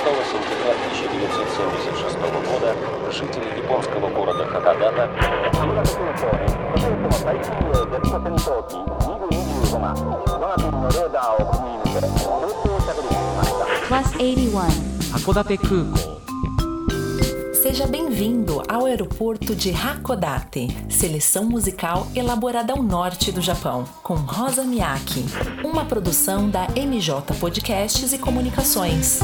сентября 1976 года жители японского города Хакодате Plus 81. Hakodate Kukou. Seja bem-vindo ao aeroporto de Hakodate, seleção musical elaborada ao norte do Japão, com Rosa Miyake, uma produção da MJ Podcasts e Comunicações.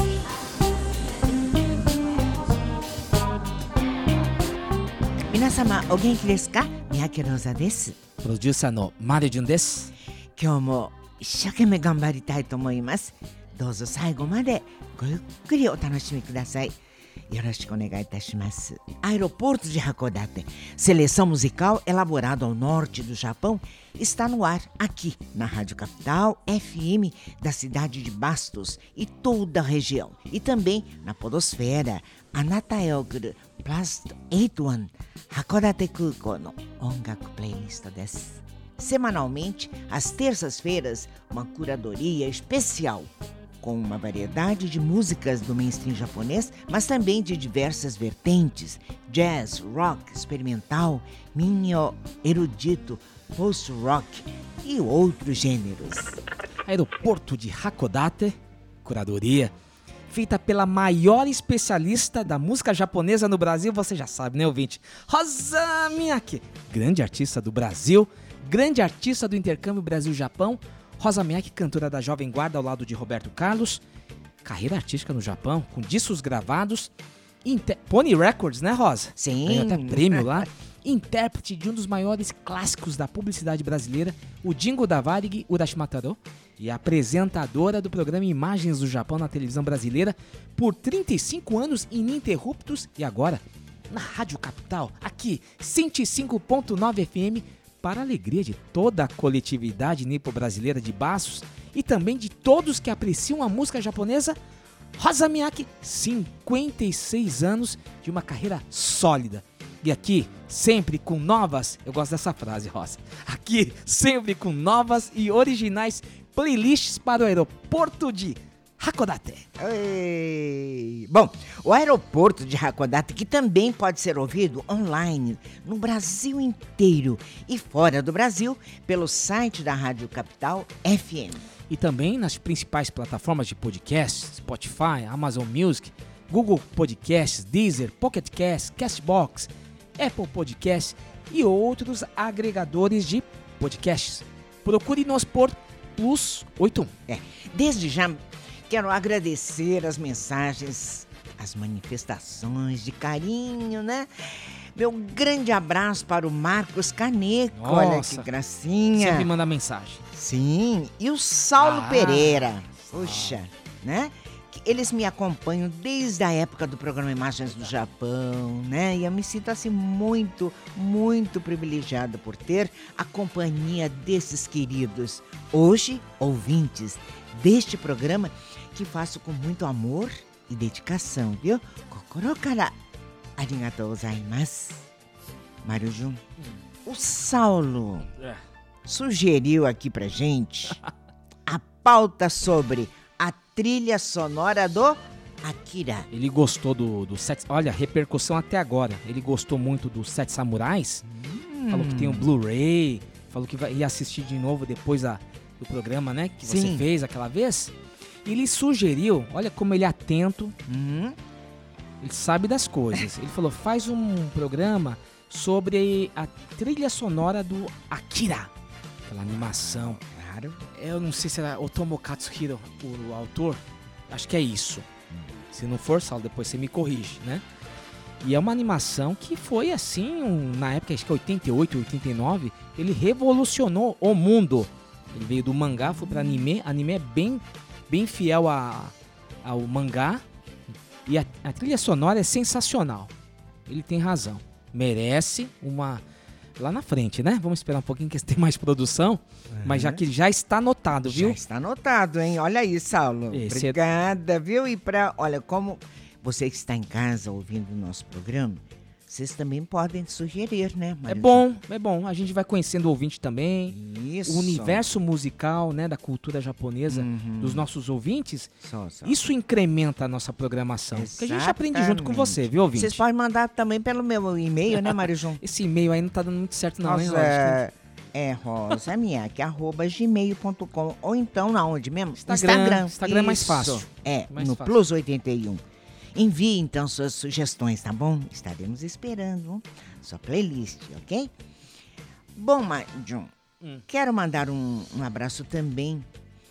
Minasama, o genki desu ka? Miyake Rosa desu. Producer no Mario-jun desu. 今日も一生懸命頑張りたいと思います。どうぞ最後までごゆっくりお楽しみください。よろしくお願いいたします。Aeroporto de Hakodate, seleção musical elaborada ao norte do Japão, está no ar aqui na Rádio Capital FM da cidade de Bastos e toda a região. E também na podosfera, Anata e Okuru Plus 81 Hakodate Kukou no Ongaku Playlist desu. Semanalmente, às terças-feiras, uma curadoria especial com uma variedade de músicas do mainstream japonês, mas também de diversas vertentes: jazz, rock, experimental, minho, erudito, post-rock e outros gêneros. Aeroporto de Hakodate, curadoria, feita pela maior especialista da música japonesa no Brasil, você já sabe, né, ouvinte? Rosa Miyake, grande artista do Brasil, grande artista do intercâmbio Brasil-Japão. Rosa Miyake, cantora da Jovem Guarda ao lado de Roberto Carlos, carreira artística no Japão, com discos gravados, Pony Records, né, Rosa? Sim. Ganhou até prêmio lá. Intérprete de um dos maiores clássicos da publicidade brasileira, o Jingo da Varig Urashimataro, e apresentadora do programa Imagens do Japão na televisão brasileira por 35 anos ininterruptos e agora na Rádio Capital, aqui 105.9 FM, para a alegria de toda a coletividade nipo-brasileira de Bastos e também de todos que apreciam a música japonesa. Rosa Miyake, 56 anos de uma carreira sólida. E aqui, sempre com novas, eu gosto dessa frase, Rosa, aqui, sempre com novas e originais playlists para o aeroporto de Hakodate. Ei. Bom, o aeroporto de Hakodate, que também pode ser ouvido online no Brasil inteiro e fora do Brasil pelo site da Rádio Capital FM. E também nas principais plataformas de podcast, Spotify, Amazon Music, Google Podcasts, Deezer, Pocket Cast, Castbox, Apple Podcasts e outros agregadores de podcasts. Procure-nos por Plus 81. Desde já, quero agradecer as mensagens, as manifestações de carinho, né? Meu grande abraço para o Marcos Caneco, Nossa, olha que gracinha. Sempre manda mensagem. Sim, e o Saulo Pereira, puxa, né? Eles me acompanham desde a época do programa Imagens do Japão, né? E eu me sinto assim muito, muito privilegiada por ter a companhia desses queridos, hoje ouvintes deste programa que faço com muito amor e dedicação, viu? Kokoro kara arigatou gozaimasu. Mario-jun, o Saulo sugeriu aqui pra gente a pauta sobre a trilha sonora do Akira. Ele gostou do Sete... Olha, repercussão até agora. Ele gostou muito dos Sete Samurais. Falou que tem um Blu-ray. Falou que ia assistir de novo depois do programa, né? Que você fez aquela vez. E ele sugeriu, olha como ele é atento. Ele sabe das coisas. Ele falou, faz um programa sobre a trilha sonora do Akira. Aquela animação. Claro. Eu não sei se era Otomo Katsuhiro o autor. Acho que é isso. Se não for, Saulo, depois você me corrige, né? E é uma animação que foi assim, na época, acho que 88, 89, ele revolucionou o mundo. Ele veio do mangá, foi para anime. Anime é bem fiel ao mangá. E a trilha sonora é sensacional. Ele tem razão. Merece uma... Lá na frente, né? Vamos esperar um pouquinho que tem mais produção. Mas já que já está anotado, viu? Já está anotado, hein? Olha aí, Saulo. Obrigada, viu? E olha, como você que está em casa ouvindo o nosso programa, vocês também podem sugerir, né, É Mário? bom. A gente vai conhecendo o ouvinte também. Isso. O universo musical, né, da cultura japonesa Uhum. dos nossos ouvintes. Só. Isso incrementa a nossa programação. Porque a gente aprende junto com você, viu, ouvinte? Vocês podem mandar também pelo meu e-mail, né, Mário João? Esse e-mail aí não tá dando muito certo não, hein, Nossa, Rosa? rosamiak@gmail.com ou então na onde mesmo? Instagram é mais Isso. fácil. No fácil. Plus 81. Envie então suas sugestões, tá bom? Estaremos esperando sua playlist, ok? Bom, John, quero mandar um abraço também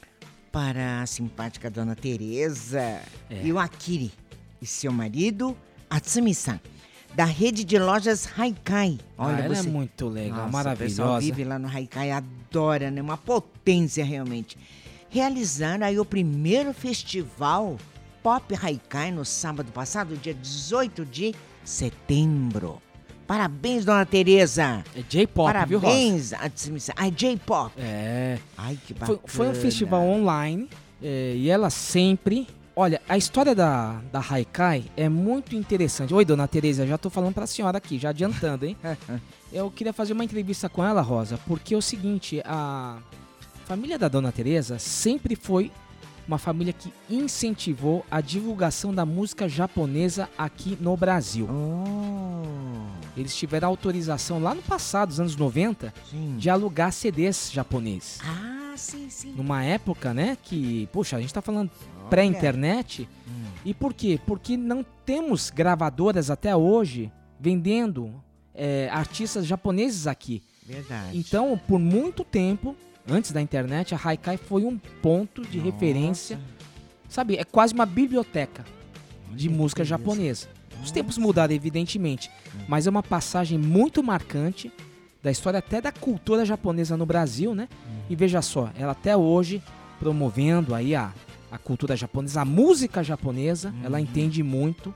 para a simpática dona Tereza e o Akiri e seu marido, Atsumi-san, da rede de lojas Haikai. Olha, ela você... é muito legal, Nossa, o pessoal maravilhosa. vive lá no Haikai, adora, né? Uma potência realmente. Realizaram aí o primeiro festival Pop Haikai no sábado passado, dia 18 de setembro. Parabéns, dona Tereza. É J-pop, viu, Rosa? Parabéns, Atsumi-san. J-pop. É. Ai, que bacana. Foi um festival online e ela sempre... Olha, a história da Haikai é muito interessante. Oi, dona Tereza, já tô falando pra senhora aqui, já adiantando, hein? Eu queria fazer uma entrevista com ela, Rosa, porque é o seguinte, a família da dona Tereza sempre foi uma família que incentivou a divulgação da música japonesa aqui no Brasil. Oh, Eles tiveram autorização lá no passado, nos anos 90, sim. de alugar CDs japoneses. Ah, sim. Numa época, né, que, puxa, a gente tá falando pré-internet. E por quê? Porque não temos gravadoras até hoje vendendo artistas japoneses aqui. Verdade. Então, por muito tempo, antes da internet, a Haikai foi um ponto de referência. Sabe, é quase uma biblioteca de música japonesa. Os tempos mudaram, evidentemente, mas é uma passagem muito marcante da história até da cultura japonesa no Brasil, né? E veja só, ela até hoje promovendo aí a cultura japonesa, a música japonesa, ela entende muito.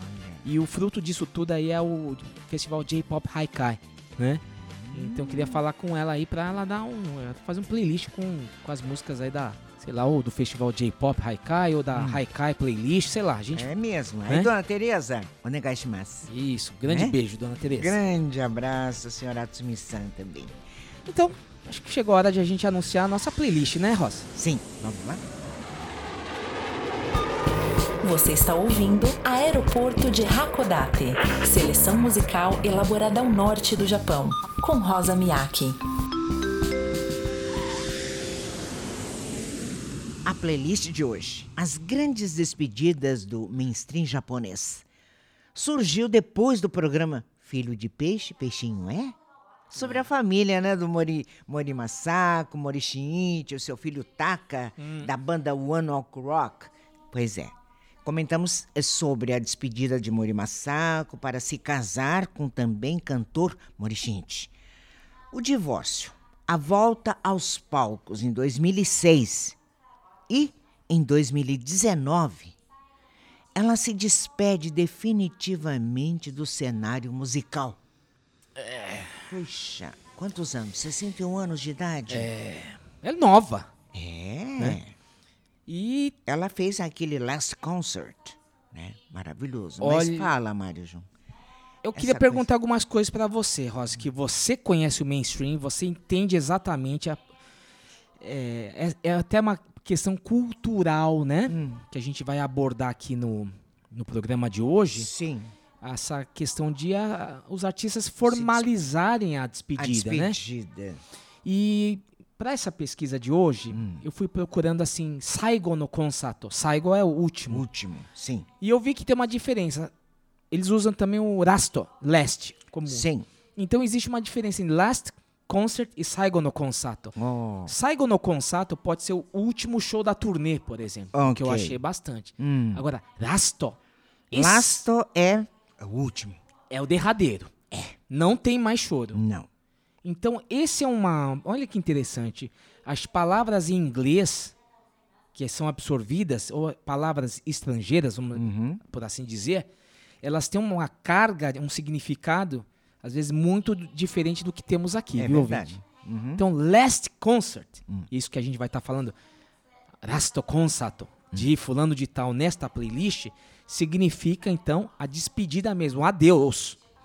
E o fruto disso tudo aí é o festival J-Pop Haikai, né? Então eu queria falar com ela aí pra ela dar fazer um playlist com as músicas aí da, sei lá, ou do festival J-Pop Haikai ou da Haikai Playlist, sei lá, a gente... É mesmo. Né? Aí, dona Tereza, onegaishimasu. Isso, grande Né? beijo, dona Tereza. Grande abraço, senhora Atsumi-san também. Então, acho que chegou a hora de a gente anunciar a nossa playlist, né, Rosa? Sim, vamos lá? Você está ouvindo Aeroporto de Hakodate, seleção musical elaborada ao norte do Japão, com Rosa Miyake. A playlist de hoje, as grandes despedidas do mainstream japonês, surgiu depois do programa Filho de Peixe, Peixinho é? Sobre a família, né, do Mori Masako, Mori Shinichi, o seu filho Taka, da banda One Ok Rock. Pois é, comentamos sobre a despedida de Mori Masako para se casar com também cantor Mori Shinichi. O divórcio, a volta aos palcos em 2006 e em 2019, ela se despede definitivamente do cenário musical. Puxa, quantos anos? 61 anos de idade? É nova. É. E Ela fez aquele Last Concert, né? Maravilhoso. Olha- Mas fala, Mário João. eu queria Essa perguntar algumas coisas pra você, Rosa, que você conhece o mainstream, você entende exatamente é até uma questão cultural, né? Que a gente vai abordar aqui no programa de hoje. Sim. Essa questão de os artistas formalizarem a despedida, né? E para essa pesquisa de hoje, eu fui procurando assim, Saigo no Konsato. Saigo é o último. Último, sim. E eu vi que tem uma diferença. Eles usam também o Rasto, last, como. Sim. Então existe uma diferença em Last Concert e Saigo no Konsato. Oh. Saigo no Konsato pode ser o último show da turnê, por exemplo, que eu Ok. achei bastante. Agora, Rasto, Lasto é o último. é o derradeiro. Não tem mais choro. Não. Então, esse é uma... Olha que interessante. As palavras em inglês que são absorvidas, ou palavras estrangeiras, vamos por assim dizer, elas têm uma carga, um significado, às vezes, muito diferente do que temos aqui, É viu, verdade. ouvinte? Então, Last Concert, isso que a gente vai estar falando, Rasto Konsato, de fulano de tal nesta playlist, significa, então, a despedida mesmo, o adeus.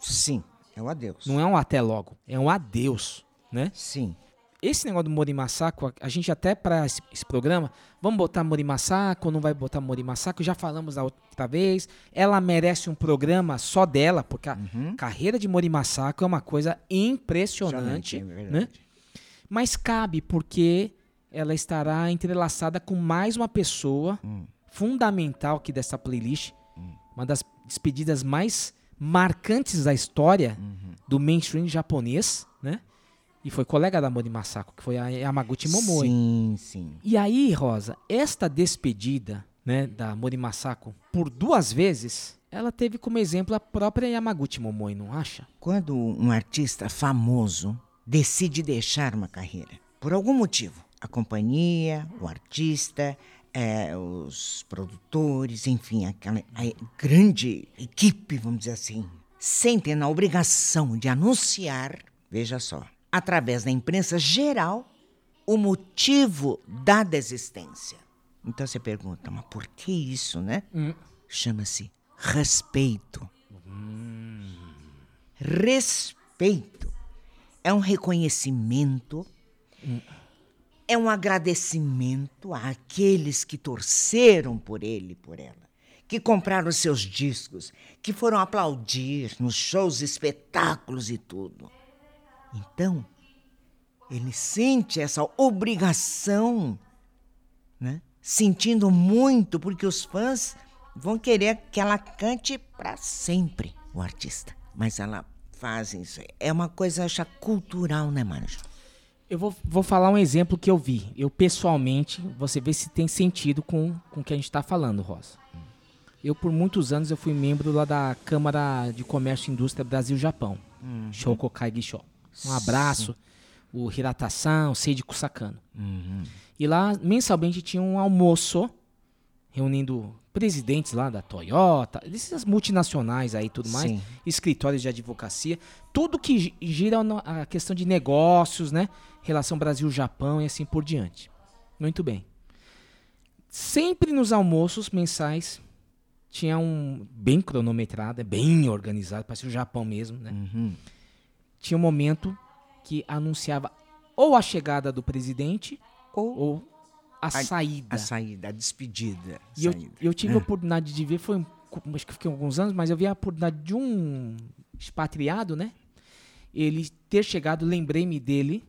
Sim, é o adeus. Não é um até logo, é um adeus, né? Sim. Esse negócio do Mori Masako, a gente até para esse programa, vamos botar Mori Masako ou não vai botar Mori Masako? Já falamos da outra vez. Ela merece um programa só dela, porque a carreira de Mori Masako é uma coisa impressionante, É verdade. né? Mas cabe porque ela estará entrelaçada com mais uma pessoa fundamental aqui dessa playlist, uma das despedidas mais marcantes da história do mainstream japonês, né? E foi colega da Mori Masako, que foi a Yamaguchi Momoi. Sim, sim. E aí, Rosa, esta despedida, né, da Mori Masako por 2 vezes, ela teve como exemplo a própria Yamaguchi Momoi, não acha? Quando um artista famoso decide deixar uma carreira, por algum motivo, a companhia, o artista, os produtores, enfim, a grande equipe, vamos dizer assim, sentem na obrigação de anunciar, veja só, através da imprensa geral, o motivo da desistência. Então você pergunta, mas por que isso, né? Chama-se respeito. Respeito é um reconhecimento, é um agradecimento àqueles que torceram por ele e por ela, que compraram os seus discos, que foram aplaudir nos shows, espetáculos e tudo. Então, ele sente essa obrigação, né? Sentindo muito, porque os fãs vão querer que ela cante para sempre, o artista. Mas ela faz isso. É uma coisa, acho, cultural, né, Manjo? Eu vou falar um exemplo que eu vi. Eu, pessoalmente, você vê se tem sentido com o que a gente está falando, Rosa. Eu, por muitos anos, eu fui membro lá da Câmara de Comércio e Indústria Brasil-Japão. Shokokai Gisho. Um abraço, o Hirata-san, o Seiji Kusakano. E lá, mensalmente, tinha um almoço reunindo presidentes lá da Toyota, dessas multinacionais aí e tudo mais, Sim. escritórios de advocacia, tudo que gira a questão de negócios, né? Relação Brasil-Japão e assim por diante. Muito bem. Sempre nos almoços mensais tinha um bem cronometrado, bem organizado, parecia o Japão mesmo, né? Tinha um momento que anunciava ou a chegada do presidente ou a saída. A saída, a despedida. E eu tive a oportunidade de ver, acho que fiquei alguns anos, mas eu vi a oportunidade de um expatriado, né? Ele ter chegado, lembrei-me dele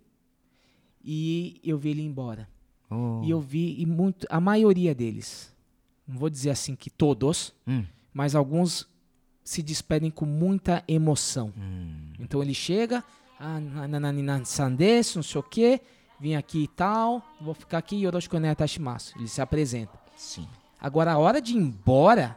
e eu vi ele ir embora. E eu vi a maioria deles, não vou dizer assim que todos, mas alguns se despedem com muita emoção. Então ele chega, Sandes, não sei o quê, vim aqui e tal, vou ficar aqui, yoroshiku onegai itashimasu. Ele se apresenta. Sim. Agora, a hora de ir embora,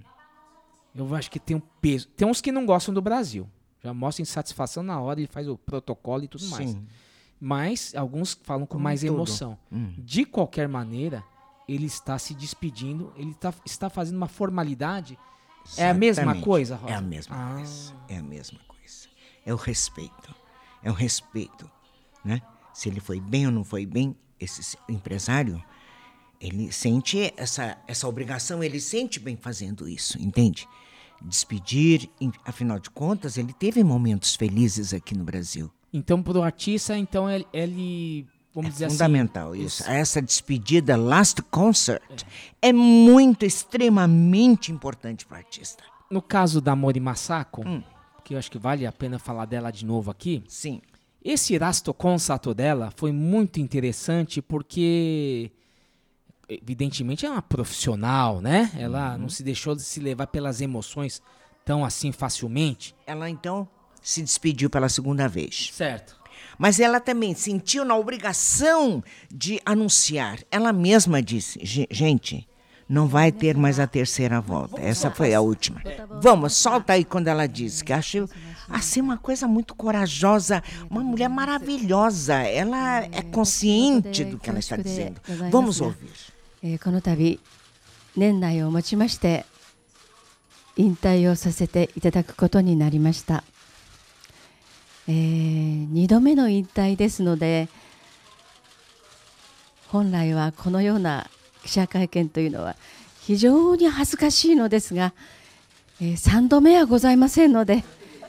eu acho que tem um peso. Tem uns que não gostam do Brasil. Já mostra insatisfação na hora, ele faz o protocolo e tudo mais. Mas alguns falam com mais emoção. De qualquer maneira, ele está se despedindo, ele está fazendo uma formalidade. É a mesma coisa, Rosa? É a mesma coisa. É a mesma coisa. É o respeito. É o respeito, né? Se ele foi bem ou não foi bem, esse empresário, ele sente essa obrigação, ele sente bem fazendo isso, entende? Despedir, afinal de contas, ele teve momentos felizes aqui no Brasil. Então, para o artista, então ele vamos dizer fundamental assim, isso. Essa despedida, last concert, é muito, extremamente importante para o artista. No caso da Mori Masako, que eu acho que vale a pena falar dela de novo aqui. Sim. Esse Rasto Consato dela foi muito interessante porque, evidentemente, é uma profissional, né? Ela não se deixou de se levar pelas emoções tão assim facilmente. Ela, então, se despediu pela segunda vez. Certo. Mas ela também sentiu na obrigação de anunciar. Ela mesma disse, gente, não vai ter mais a terceira volta. Essa foi a última. Vamos, solta aí quando ela disse, que achei assim uma coisa muito corajosa, uma mulher maravilhosa. Ela é consciente do que ela está dizendo. Vamos ouvir. この度年内をもちまして引退をさせていただくことになりました。2度目の引退ですので、本来はこのような記者会見というのは非常に恥ずかしいのですが、3度目はございませんので、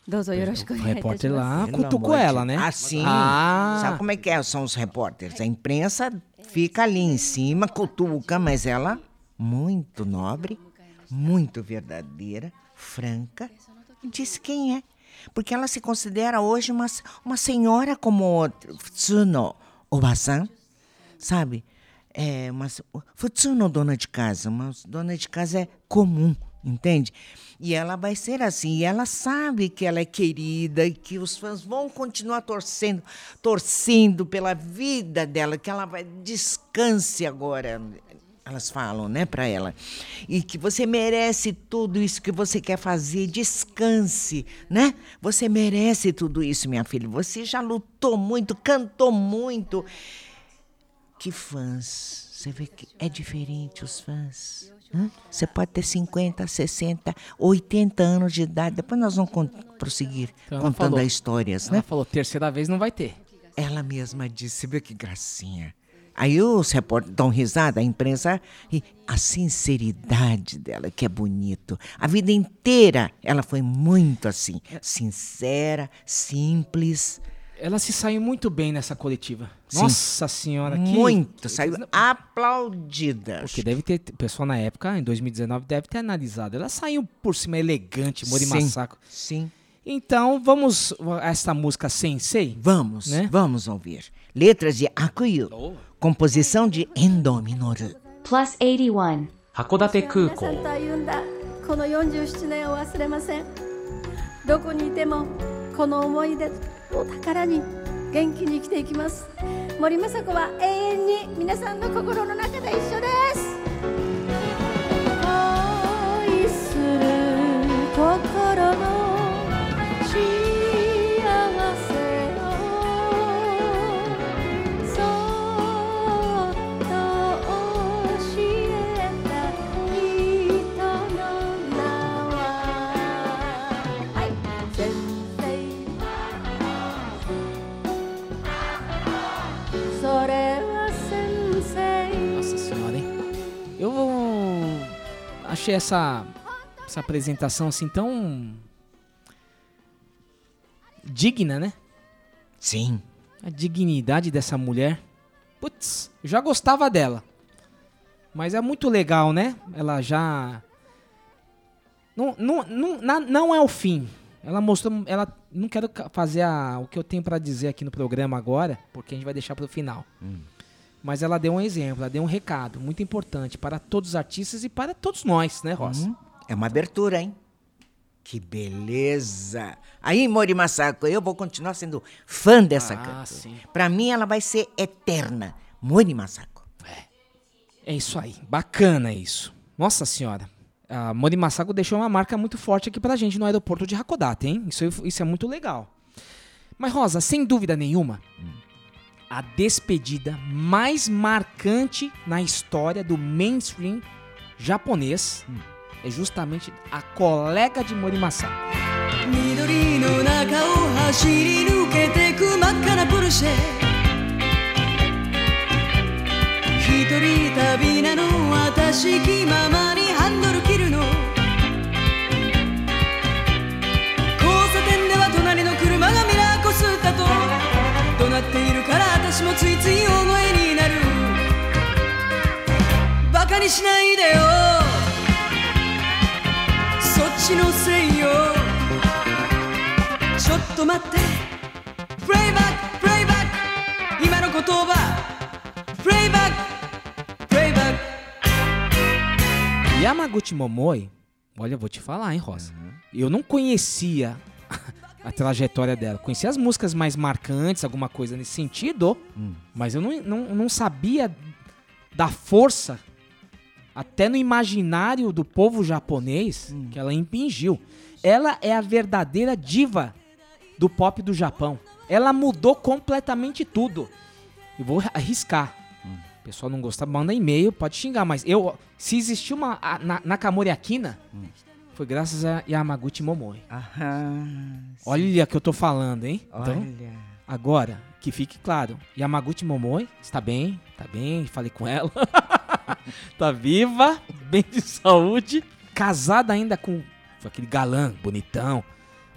どうぞよろしくお願いいたします repórter lá Pelo cutucou amor de- ela, né? Assim. Ah. Sabe como é que são os repórteres? A imprensa fica ali em cima, cutuca, mas ela, muito nobre, muito verdadeira, franca, disse quem é. Porque ela se considera hoje uma senhora como Tsuno Obasan, sabe? Futsuno dona de casa, uma dona de casa é comum, entende? E ela vai ser assim, e ela sabe que ela é querida e que os fãs vão continuar torcendo pela vida dela, que ela vai descanse agora. Elas falam, né, para ela. E que você merece tudo isso que você quer fazer, descanse, né? Você merece tudo isso, minha filha. Você já lutou muito, cantou muito. Que fãs, você vê que é diferente os fãs. Você pode ter 50, 60, 80 anos de idade. Depois nós vamos prosseguir Então ela contando falou. as histórias, Ela né? falou, terceira vez não vai ter. Ela mesma disse, você vê que gracinha. Aí os repórteres dão risada, a imprensa, e a sinceridade dela, que é bonito. A vida inteira ela foi muito assim, sincera, simples, Ela se saiu muito bem nessa coletiva. Sim. Nossa senhora, que... muito, saiu aplaudida. Porque deve ter, o pessoal na época, em 2019, deve ter analisado. Ela saiu por cima elegante, Mori Sim, Masako. sim. Então, vamos a esta música Sensei? Vamos, Né? vamos ouvir. Letras de Akuyu, composição de Endo Minoru. Plus 81. 函館空皆さん港と歩んだこの47年を忘れません。どこにいてもこの思い出を宝に元気に生きていきます。森昌子は永遠に皆さんの心の中で一緒です。恋する心の幸せをそっと教えた人の名ははい先生それは先生 Nossa senhora, hein? Eu achei essa apresentação assim tão digna, né? Sim. A dignidade dessa mulher. Putz, eu já gostava dela. Mas é muito legal, né? Ela já... Não é o fim. Ela mostrou... Ela não quero fazer o que eu tenho pra dizer aqui no programa agora, porque a gente vai deixar pro final. Mas ela deu um exemplo, ela deu um recado muito importante para todos os artistas e para todos nós, né, Rosa? É uma abertura, hein? Que beleza! Aí, Mori Masako, eu vou continuar sendo fã dessa cantora. sim. Pra mim, ela vai ser eterna. Mori Masako. É isso aí, bacana isso. Nossa senhora, a Mori Masako deixou uma marca muito forte aqui pra gente no aeroporto de Hakodate, hein? Isso é muito legal. Mas, Rosa, sem dúvida nenhuma, a despedida mais marcante na história do mainstream japonês é justamente a colega de Mori Masako. 緑の中を走り抜けてく真っ赤なポルシェ一人旅なの私気ままにハンドル切るの交差点では隣の車がミラーこすったと怒鳴っているから私もついつい大声になるバカにしないでよそっちのせいよちょっと待ってプレイバックプレイバック今の言葉プレイバックプレイバック Yamaguchi Momoi, olha, eu vou te falar, hein, Rosa? Eu não conhecia a trajetória dela. Conhecia as músicas mais marcantes, alguma coisa nesse sentido, mas eu não sabia da força, até no imaginário do povo japonês, que ela impingiu. Ela é a verdadeira diva do pop do Japão. Ela mudou completamente tudo. Eu vou arriscar. O pessoal não gostar, manda e-mail, pode xingar, mas se existiu uma Nakamori Akina, foi graças a Yamaguchi Momoi. Olha o que eu tô falando, hein? Então, Olha. agora, que fique claro, Yamaguchi Momoi está bem, falei com ela. Tá viva, bem de saúde, casada ainda com aquele galã bonitão,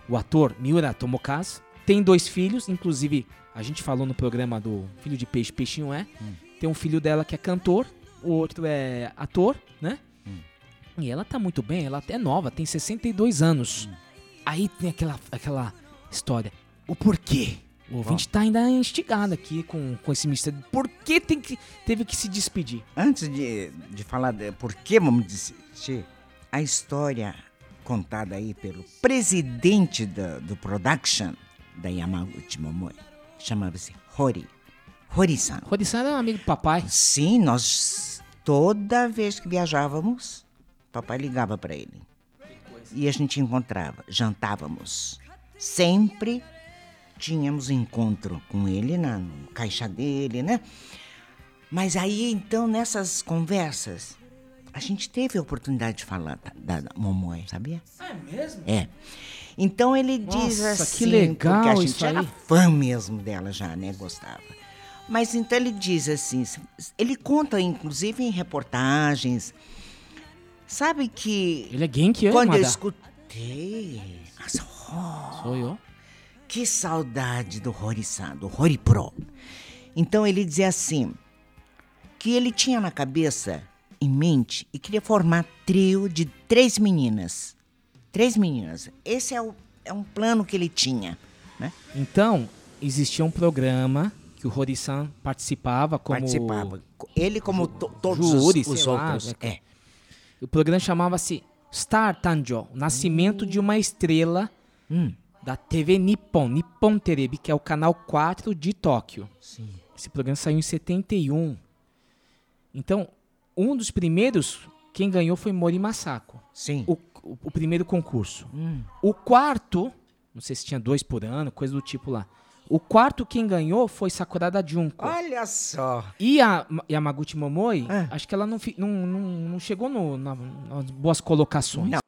o ator Miura Tomokazu. Tem 2 filhos, inclusive a gente falou no programa do Filho de Peixe, Peixinho é. Tem um filho dela que é cantor, o outro é ator, né? E ela tá muito bem, ela até é nova, tem 62 anos. Aí tem aquela história. O porquê? O ouvinte tá ainda instigado aqui com esse mistério. Por que teve que se despedir? Antes de falar de por que vamos desistir, a história contada aí pelo presidente do production da Yamaguchi Momoi chamava-se Hori-san. Hori-san era um amigo do papai. Sim, nós toda vez que viajávamos, papai ligava para ele. E a gente encontrava, jantávamos. Sempre tínhamos encontro com ele na caixa dele, né? Mas aí, então, nessas conversas, a gente teve a oportunidade de falar da Momoi, sabia? É mesmo? É. Então ele diz Nossa, assim, que legal porque a gente isso aí. era fã mesmo dela já, né? Gostava. Mas então ele diz assim, ele conta inclusive em reportagens, sabe que Ele é Genki, quando eu Mada? escutei, Sou eu. que saudade do Hori-san, do Hori Pro. Então ele dizia assim, que ele tinha na cabeça, em mente, e queria formar trio de 3 meninas. 3 meninas. Esse é um plano que ele tinha, né? Então, existia um programa que o Hori-san participava como... Participava. Ele como todos júri, os sei lá, outros. né? O programa chamava-se Star Tanjo, o nascimento de uma estrela da TV Nippon, Nippon Terebi, que é o canal 4 de Tóquio. Sim. Esse programa saiu em 71. Então, um dos primeiros, quem ganhou foi Mori Masako. Sim. O primeiro concurso. O quarto, não sei se tinha 2 por ano, coisa do tipo lá. O quarto quem ganhou foi Sakurada Junko. Olha só. E a Yamaguchi Momoi, acho que ela não chegou nas boas colocações. Não.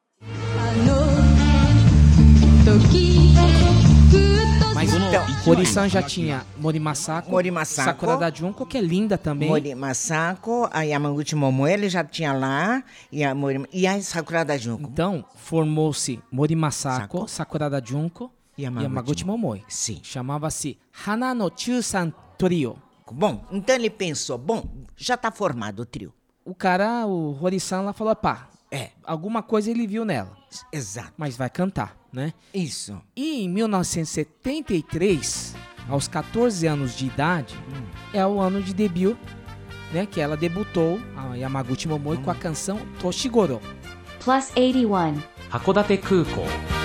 Mas Então, Hori-san já tinha Mori Masako, Masako. Sakurada Junko, que é linda também. Mori Masako, a Yamaguchi Momoi, ele já tinha lá, e a Sakurada Junko. Então, formou-se Mori Masako, Sakurada Junko e Yamaguchi Momoi. Sim. Chamava-se Hana no Chusan Trio. Bom, então ele pensou, já tá formado o trio. O Hori-san lá falou, pá, alguma coisa ele viu nela, Exato. mas vai cantar, né? Isso. E em 1973, aos 14 anos de idade, é o ano de debut, né? Que ela debutou, a Yamaguchi Momoi, com a canção Toshigoro. Plus 81. 函館空港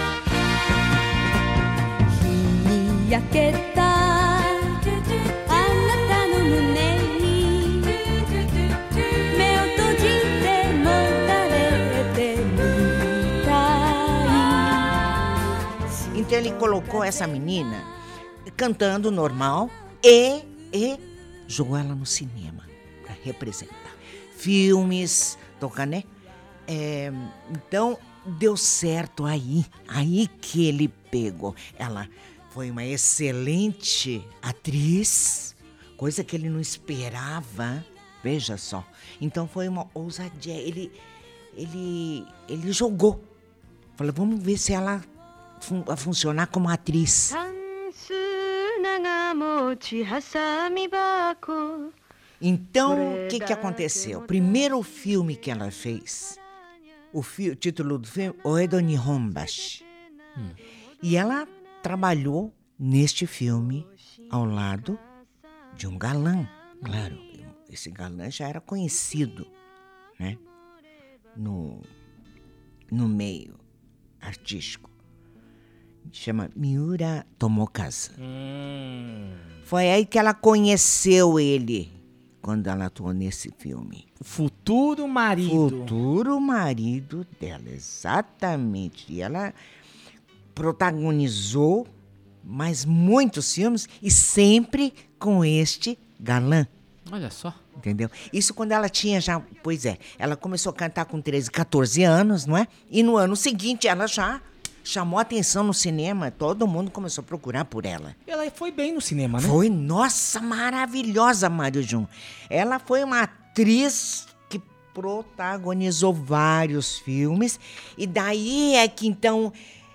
焼けたあなたの胸に目を閉じてもたれてみたい Então ele colocou essa menina cantando normal e jogou ela no cinema para representar. Filmes, tocar, né? Então deu certo aí que ele pegou. Ela foi uma excelente atriz, coisa que ele não esperava, veja só. Então foi uma ousadia, ele jogou. Falou, vamos ver se ela vai funcionar como atriz. Então, o que aconteceu? O primeiro filme que ela fez, o título do filme, Oedo Nihonbashi. E ela trabalhou neste filme ao lado de um galã. Claro, esse galã já era conhecido, né? No meio artístico. Chama Miura Tomokazu. Foi aí que ela conheceu ele, quando ela atuou nesse filme. O futuro marido. Futuro marido dela, exatamente. E ela protagonizou mais muitos filmes e sempre com este galã. Olha só. Entendeu? Isso quando ela tinha já... Pois é, ela começou a cantar com 13, 14 anos, não é? E no ano seguinte ela já chamou a atenção no cinema. Todo mundo começou a procurar por ela. Ela foi bem no cinema, né? Foi, nossa, maravilhosa, Mário Jun. Ela foi uma atriz que protagonizou vários filmes. E daí é que então...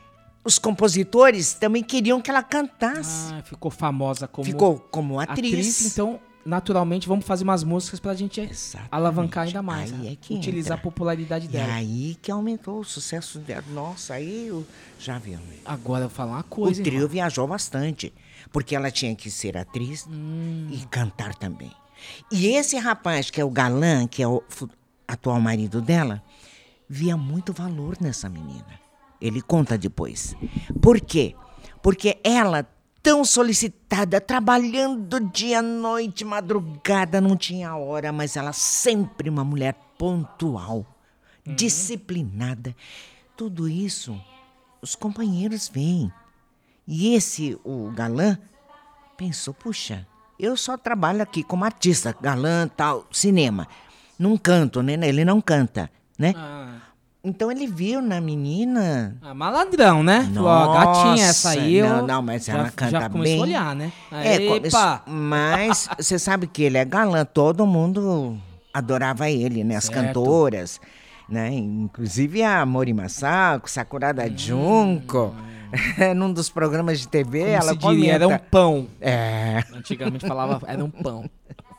os compositores também queriam que ela cantasse. Ficou famosa como Ficou como atriz. Então, naturalmente, vamos fazer umas músicas pra gente Exatamente. alavancar ainda mais. Aí é que utilizar entra. a popularidade E dela. aí que aumentou o sucesso dela. Nossa, aí eu já vi. Agora eu vou falar uma O coisa. trio irmão. viajou bastante, porque ela tinha que ser atriz e cantar também. E esse rapaz, que é o galã, que é o atual marido dela, via muito valor nessa menina. Ele conta depois. Por quê? Porque ela, tão solicitada, trabalhando dia, noite, madrugada, não tinha hora, mas ela sempre uma mulher pontual, disciplinada. Tudo isso, os companheiros veem. E esse, o galã, pensou, puxa, eu só trabalho aqui como artista, galã, tal, cinema. Não canto, né? Ele não canta, né? Então ele viu na menina... Malandrão, né? Falou, ó, gatinha, essa aí Não, mas ela canta já começou bem. a olhar, né? Epa! Mas você sabe que ele é galã, todo mundo adorava ele, né? As Certo. cantoras, né? Inclusive a Mori Masako, Sakurada Junko, num dos programas de TV, Como ela se diria, era um pão. É, Antigamente falava, era um pão.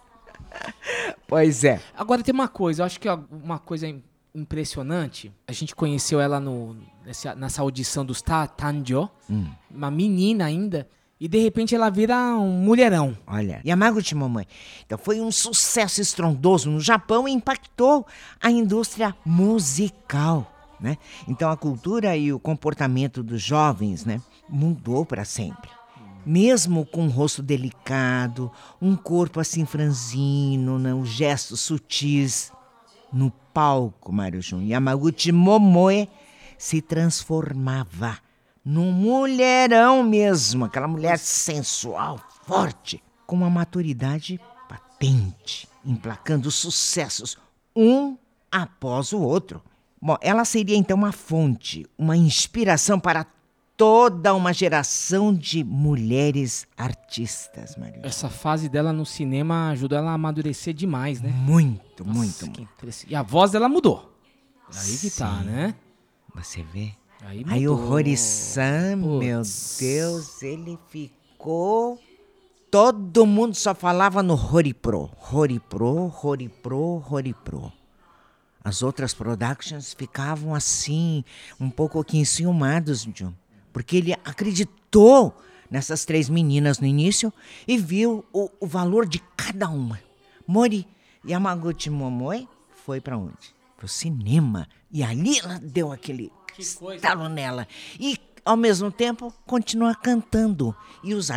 pois é. Agora tem uma coisa, eu acho que uma coisa impressionante, a gente conheceu ela nessa audição dos Tanjo, uma menina ainda, e de repente ela vira um mulherão. Olha, Yamaguchi Mamãe. Então foi um sucesso estrondoso no Japão e impactou a indústria musical, né? Então a cultura e o comportamento dos jovens, né, mudou para sempre. Mesmo com um rosto delicado, um corpo assim franzino, né, os gestos sutis, no palco, Mário Jun, Yamaguchi Momoe se transformava num mulherão mesmo, aquela mulher sensual, forte, com uma maturidade patente, emplacando sucessos um após o outro. Bom, ela seria então uma fonte, uma inspiração para toda uma geração de mulheres artistas, Maria. Essa fase dela no cinema ajudou ela a amadurecer demais, né? Muito, Nossa, muito, que muito. interessante. E a voz dela mudou. Aí que tá, Sim. né? Você vê? Aí Aí o mudou. Hori-san, meu Putz. Deus, ele ficou... Todo mundo só falava no Horipro. Horipro, Horipro, Horipro. As outras productions ficavam assim, um pouco aqui enciumados, John. Porque ele acreditou nessas três meninas no início e viu o valor de cada uma. Mori Yamaguchi Momoe foi para onde? Pro cinema. E ali ela deu aquele estalo nela. E, ao mesmo tempo, continua cantando. E os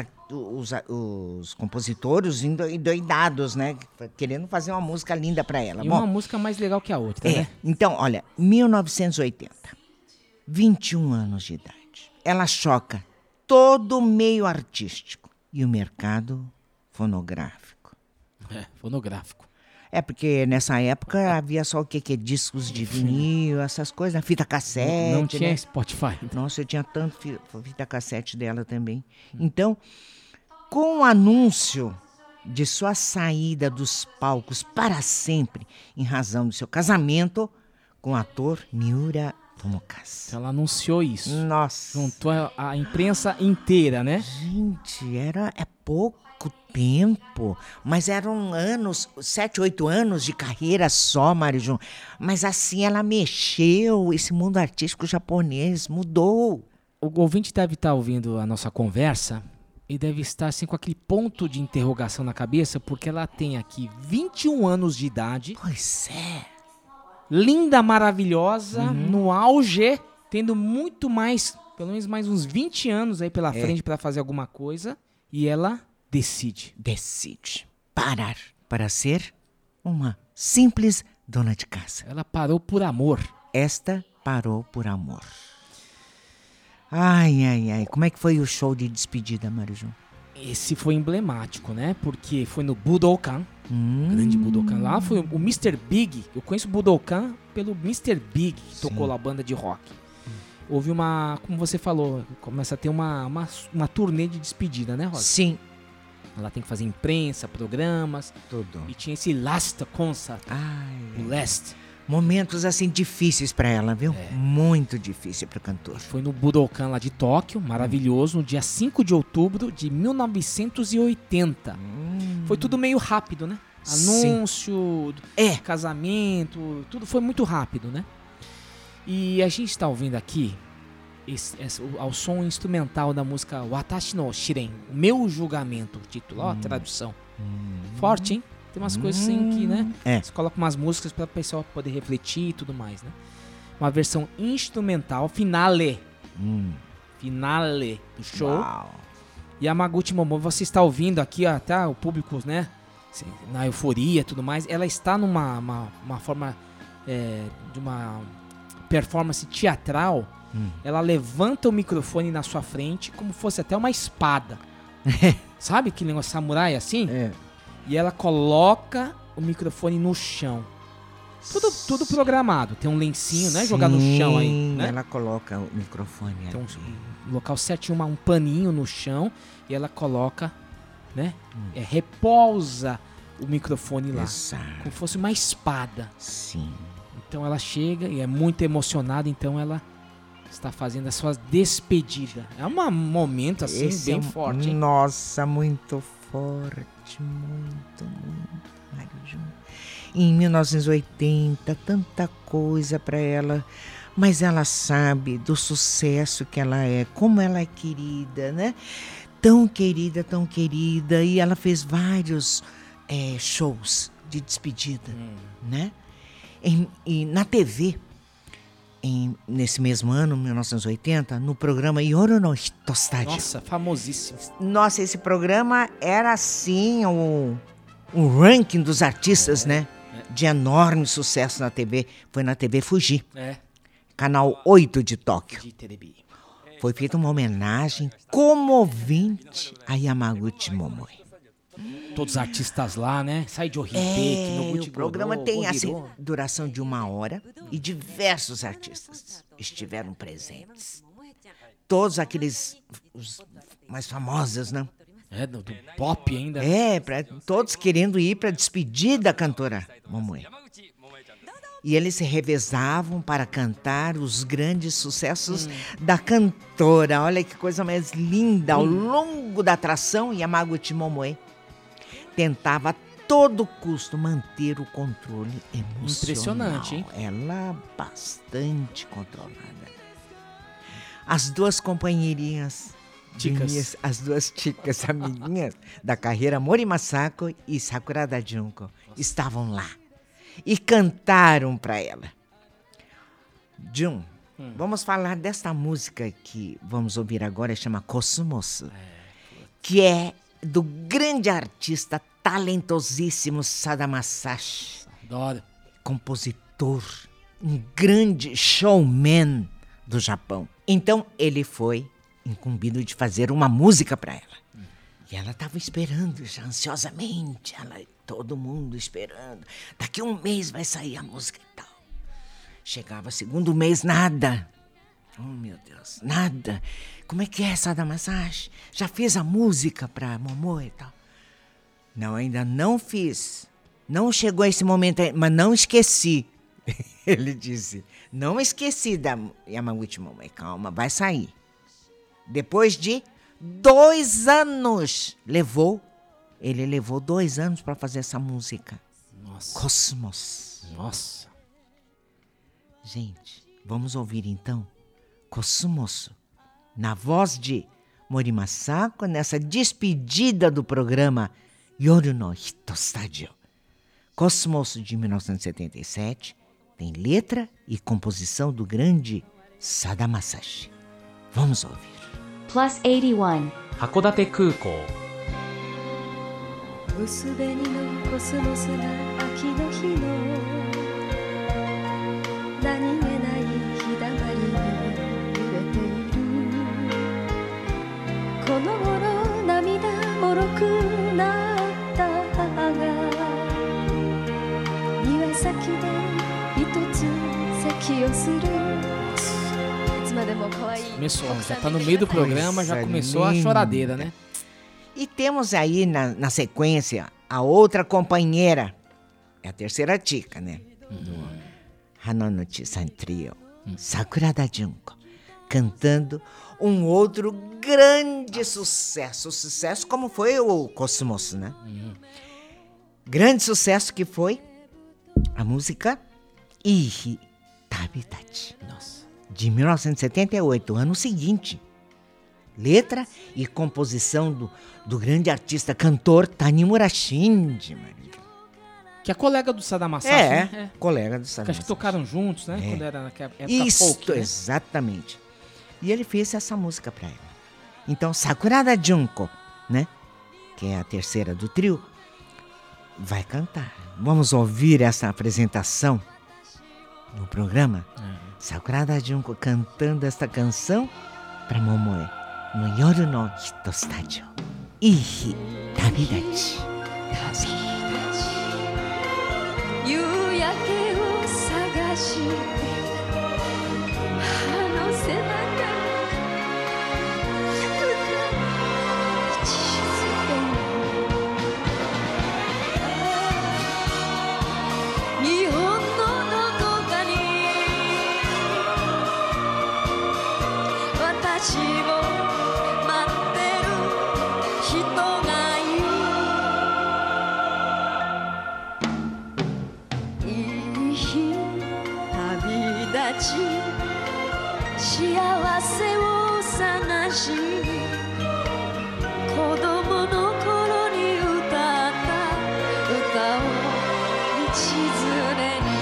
compositores endoidados, né? Querendo fazer uma música linda para ela. E uma música mais legal que a outra, né? Então, olha, 1980, 21 anos de idade. Ela choca todo o meio artístico e o mercado fonográfico. Fonográfico. É, porque nessa época havia só o que? Discos de vinil, essas coisas, fita cassete. Não tinha né? Spotify. Nossa, eu tinha tanto fita cassete dela também. Então, com o anúncio de sua saída dos palcos para sempre, em razão do seu casamento com o ator Miura Tomokazu. Ela anunciou isso. Nossa. Juntou a imprensa inteira, né? Gente, é pouco tempo, mas eram anos, 7, 8 anos de carreira só, Mário Jun. Mas assim ela mexeu, esse mundo artístico japonês mudou. O ouvinte deve estar ouvindo a nossa conversa e deve estar assim com aquele ponto de interrogação na cabeça, porque ela tem aqui 21 anos de idade, Pois é. linda, maravilhosa, no auge, tendo muito mais, pelo menos mais uns 20 anos aí pela frente para fazer alguma coisa, e ela decide Parar para ser uma simples dona de casa. Ela parou por amor. Esta parou por amor. Ai, ai, ai. Como é que foi o show de despedida, Mário Jun? Esse foi emblemático, né? Porque foi no Budokan, grande Budokan. Lá foi o Mr. Big. Eu conheço o Budokan pelo Mr. Big, que tocou lá a banda de rock. Houve uma, como você falou, começa a ter uma turnê de despedida, né, Rosa? Sim. Ela tem que fazer imprensa, programas. Tudo. E tinha esse Last Concert, Ai. o Last. Momentos assim difíceis para ela, viu? Muito difícil para o cantor. Foi no Budokan lá de Tóquio, maravilhoso, no dia 5 de outubro de 1980. Foi tudo meio rápido, né? Anúncio, casamento, tudo foi muito rápido, né? E a gente está ouvindo aqui ao som instrumental da música Watashi no Shiren, o meu julgamento, o título, ó, a tradução. Forte, hein? Tem umas coisas assim que, né? Você coloca umas músicas para o pessoal poder refletir e tudo mais, né? Uma versão instrumental, finale do show. Uau. E a Yamaguchi Momoe, você está ouvindo aqui, ó, tá? O público, né? Na euforia e tudo mais. Ela está numa uma forma de uma performance teatral. Ela levanta o microfone na sua frente como fosse até uma espada. Sabe aquele negócio samurai assim? E ela coloca o microfone no chão. Tudo programado. Tem um lencinho, né? Jogar no chão aí, né? Ela coloca o microfone ali. Então, um local certinho, um paninho no chão. E ela coloca, né? Repousa o microfone lá. Exato. Como fosse uma espada. Sim. Então ela chega e é muito emocionada. Então ela está fazendo a sua despedida. É um momento assim, Esse bem forte, hein? Nossa, muito forte. Muito. Mário Júnior. Em 1980, tanta coisa para ela, mas ela sabe do sucesso que ela é, como ela é querida, né? Tão querida, e ela fez vários shows de despedida, né? E na TV, nesse mesmo ano, 1980, no programa Yoru no Hitostádio. Nossa, famosíssimo. Nossa, esse programa era assim, o ranking dos artistas, né? De enorme sucesso na TV. Foi na TV Fuji. Canal 8 de Tóquio. Foi feita uma homenagem comovente a Yamaguchi Momoe. Todos os artistas lá, né? Saijo Hideki, Noguchi O programa Goro, tem Goro. assim, duração de 1 hora e diversos artistas estiveram presentes. Todos aqueles os mais famosos, né? Do pop ainda. Todos querendo ir para despedir da cantora Momoe. E eles se revezavam para cantar os grandes sucessos da cantora. Olha que coisa mais linda. Ao longo da atração, Yamaguchi Momoe tentava a todo custo manter o controle emocional. Impressionante, hein? Ela bastante controlada. As duas companheirinhas... As duas chicas amiguinhas da carreira, Mori Masako e Sakurada Junko, estavam lá e cantaram para ela. Jun, vamos falar desta música que vamos ouvir agora, chama Cosmos, que é do grande artista talentosíssimo Sada Masashi. Adoro. Compositor, um grande showman do Japão. Então ele foi incumbido de fazer uma música para ela. E ela estava esperando já ansiosamente, todo mundo esperando. Daqui 1 mês vai sair a música e tal. Chegava segundo mês, nada. Oh, meu Deus, nada. Como é que é, Sada Masashi? Já fez a música para Momoe e tal? Não, ainda não fiz. Não chegou esse momento, mas não esqueci. Ele disse, não esqueci da Yamaguchi Momoe. Calma, vai sair. Depois de 2 anos, ele levou 2 anos para fazer essa música. Nossa. Cosmos. Nossa. Gente, vamos ouvir então Cosmos, na voz de Mori Masako, nessa despedida do programa Yoru no Hitostádio. Cosmos, de 1977, tem letra e composição do grande Sada Masashi. Vamos ouvir. Plus 81. 函館空港。 薄紅のコスモスが秋の日の何気ない日だまりに揺れているこの頃涙もろくなった母が庭先で一つ咳をする Começou, já tá no meio do programa, já começou a choradeira, né? E temos aí na sequência a outra companheira, é a terceira chica, né? Hanano-Chisan Trio, Sakurada Junko, cantando um outro grande sucesso como foi o Cosmos, né? Grande sucesso que foi a música Ihi Tabitachi, Nossa. de 1978, ano seguinte. Letra e composição do grande artista, cantor Tanimura Shinji, Maria. Que é colega do Sadama Masashi, né? Colega do Que Sadama. acho que tocaram juntos, né? Quando era naquela época Isso, folk, né? exatamente. E ele fez essa música pra ela. Então, Sakurada Junko, né? Que é a terceira do trio, vai cantar. Vamos ouvir essa apresentação no programa. Sakurada Junko cantando esta canção pra Momoe no Yoru no Hito Studio. Ihi Tabidachi. 夕焼けを探してあの背中歌い沈め日本のどこかに私を待ってる人がいるいい日旅立ち幸せを探し子供の頃に歌った歌を道連れに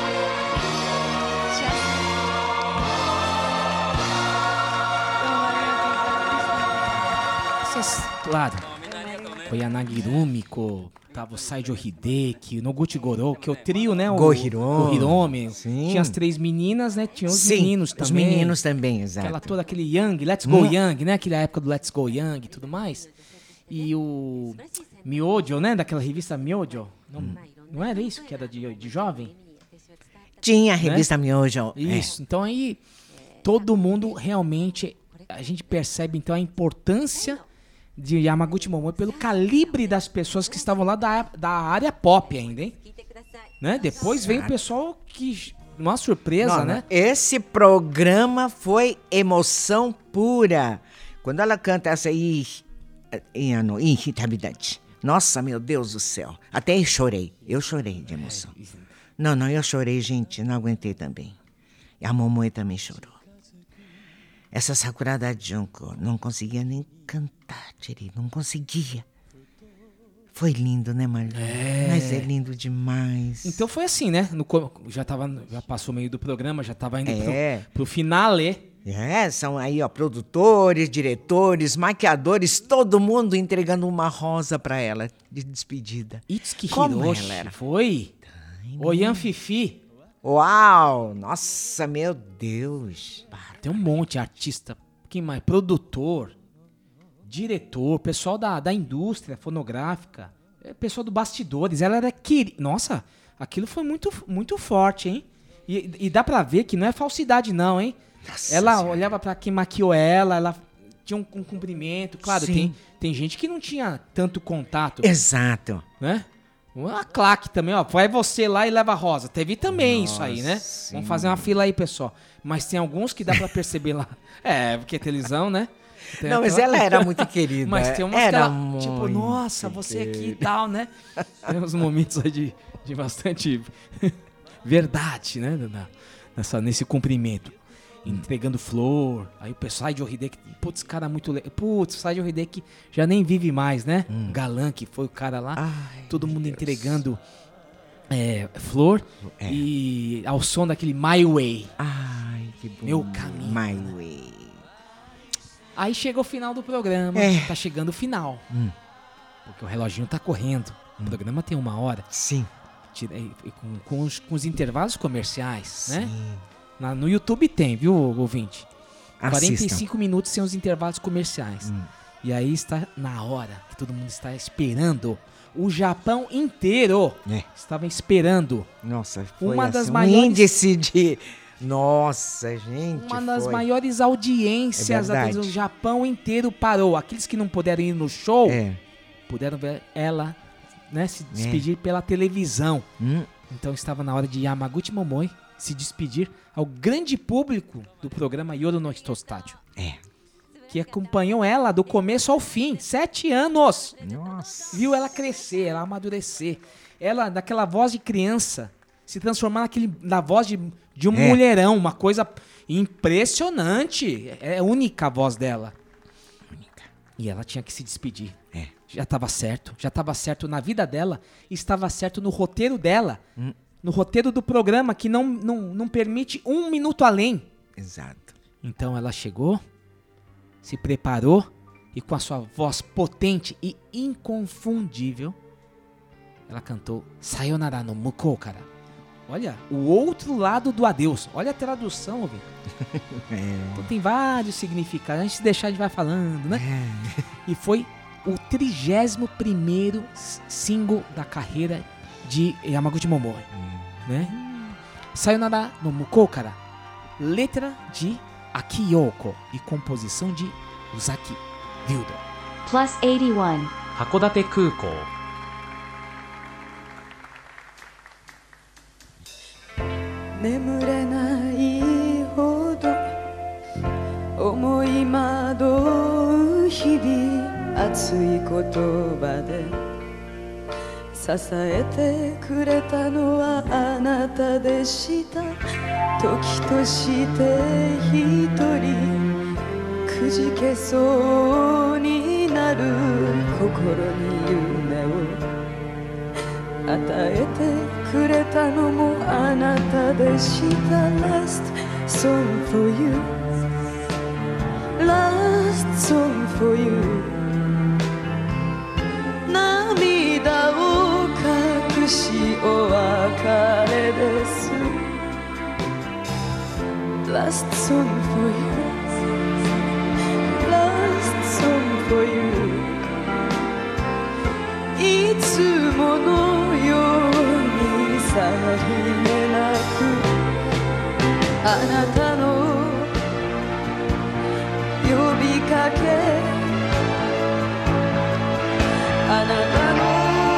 Claro. Com Yanagirumi, tava o Saijo Hideki, o Noguchi Goro, que é o trio, né? Go Hiromi. O Hiromi. Sim. Tinha as três meninas, né? Tinha os Sim, meninos os também. meninos também, exato. Aquela toda, aquele Young, Let's Go Young, né? Aquela época do Let's Go Young e tudo mais. E o Myojo, né? Daquela revista Myojo. Não era isso que era de jovem? Tinha a revista Myojo. Isso. Então aí todo mundo realmente, a gente percebe então a importância de Yamaguchi Momoe pelo calibre das pessoas que estavam lá da área pop ainda, hein? Né? Depois veio o pessoal que... Uma surpresa, Não, né? Esse programa foi emoção pura. Quando ela canta essa Ihi Tabidachi. Nossa, meu Deus do céu. Até eu chorei. Eu chorei de emoção. Não, eu chorei, gente. Não aguentei também. E a Momoe também chorou. Essa Sakurada Junko não conseguia nem cantar direito. Não conseguia. Foi lindo, né, Marlene? Mas é lindo demais. Então foi assim, né? Já passou meio do programa, já tava indo pro finale. São aí, ó, produtores, diretores, maquiadores, todo mundo entregando uma rosa pra ela de despedida. Itsuki Como Hiroshi, ela era? foi? Oyan Fifi. Uau! Nossa, meu Deus! Tem um monte de artista. Quem mais? Produtor, diretor, pessoal da indústria fonográfica, pessoal do bastidores. Ela era querida. Nossa, aquilo foi muito, muito forte, hein? E dá pra ver que não é falsidade, não, hein? Nossa ela senhora. olhava pra quem maquiou ela tinha um cumprimento. Claro, Sim. tem gente que não tinha tanto contato, Exato. né? Uma claque também, ó. Vai você lá e leva a rosa. Teve também isso aí, né? sim. Vamos fazer uma fila aí, pessoal. Mas tem alguns que dá pra perceber lá. Porque é televisão, né? Tem Não, mas aquela- ela era muito querida. Mas tem umas era que ela, muito tipo, nossa, você aqui e querida. tal, né? Tem uns momentos aí de bastante verdade, né? Nesse cumprimento. Entregando flor. Aí o pessoal Saijo Hideki, putz, cara muito legal. Putz, Saijo Hideki já nem vive mais, né? Galã que foi o cara lá. Ai, todo meu mundo Deus. entregando flor. E ao som daquele My Way. Ai, que bom. Meu caminho. My way. Aí chega o final do programa. Tá chegando o final. Porque o reloginho tá correndo. O programa tem 1 hora. Sim. Com os intervalos comerciais, né? Sim. No YouTube tem, viu, ouvinte? Assistam. 45 minutos sem os intervalos comerciais. E aí está na hora que todo mundo está esperando. O Japão inteiro estava esperando. Nossa, foi Uma das assim, maiores- um índice de... Nossa, gente, Uma das foi. maiores audiências da verdade. televisão. O Japão inteiro parou. Aqueles que não puderam ir no show, É. puderam ver ela, né, se despedir pela televisão. Então estava na hora de Yamaguchi Momoe se despedir ao grande público do programa Yoru no Hitostádio. Que acompanhou ela do começo ao fim, 7 anos. Nossa. Viu ela crescer, ela amadurecer. Ela, daquela voz de criança, se transformar na voz de um mulherão. Uma coisa impressionante. É única a voz dela. E ela tinha que se despedir. Já estava certo na vida dela, estava certo no roteiro dela, no roteiro do programa, que não permite 1 minuto além. Exato. Então ela chegou, se preparou e com a sua voz potente e inconfundível, ela cantou Sayonara no Mukou Kara. Olha, o outro lado do adeus. Olha a tradução, ouvindo. Então tem vários significados. A gente se deixar, a gente vai falando, né? E foi o 31º single da carreira de Yamaguchi Momoi, né? Sayonara no Mukou Kara, letra de Aki Yoko e composição de Uzaki Ryudo. Plus 81. 函館空港眠れないほど思い惑う日々熱い言葉で支えてくれたのはあなたでした時として一人くじけそうになる心に夢を与えてくれたのもあなたでした Last song for you Last song for you 涙を隠しお別れです Last song for you Last song for you いつものようにさりげなくあなたの呼びかけあなたの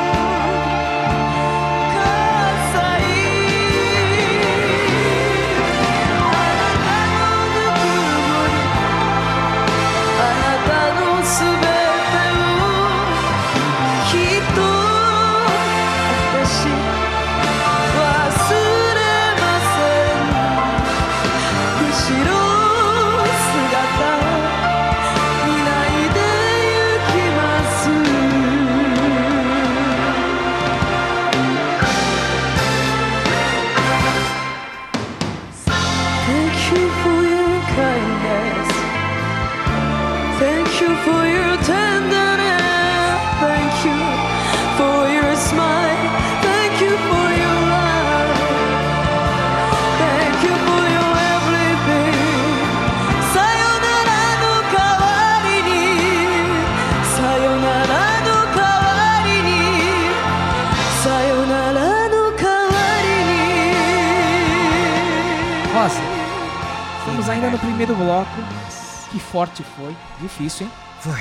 Estamos ainda no primeiro bloco. Que forte foi. Difícil, hein? Foi.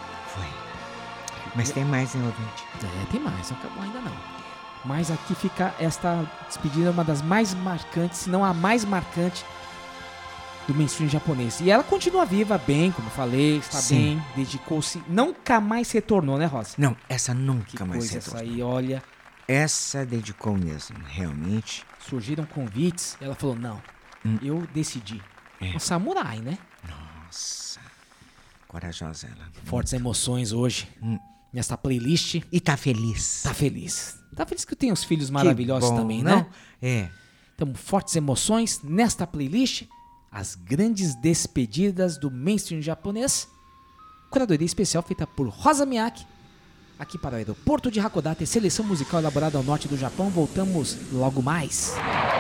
Mas tem mais, hein, ouvinte? Tem mais. Não acabou ainda não. Mas aqui fica esta despedida, uma das mais marcantes, se não a mais marcante do mainstream japonês. E ela continua viva, bem, como eu falei, está bem, dedicou-se, nunca mais retornou, né, Rosa? Não, essa nunca mais retornou. Essa aí, olha... Essa dedicou mesmo, realmente. Surgiram convites, ela falou, não, eu decidi. Um samurai, né? Nossa, corajosa ela. Fortes emoções hoje, nessa playlist. E tá feliz. Tá feliz. Tá feliz que tem os filhos maravilhosos também, não? Né? É. Então, fortes emoções nesta playlist. As grandes despedidas do mainstream japonês. Curadoria especial feita por Rosa Miyake. Aqui para o aeroporto de Hakodate, seleção musical elaborada ao norte do Japão. Voltamos logo mais.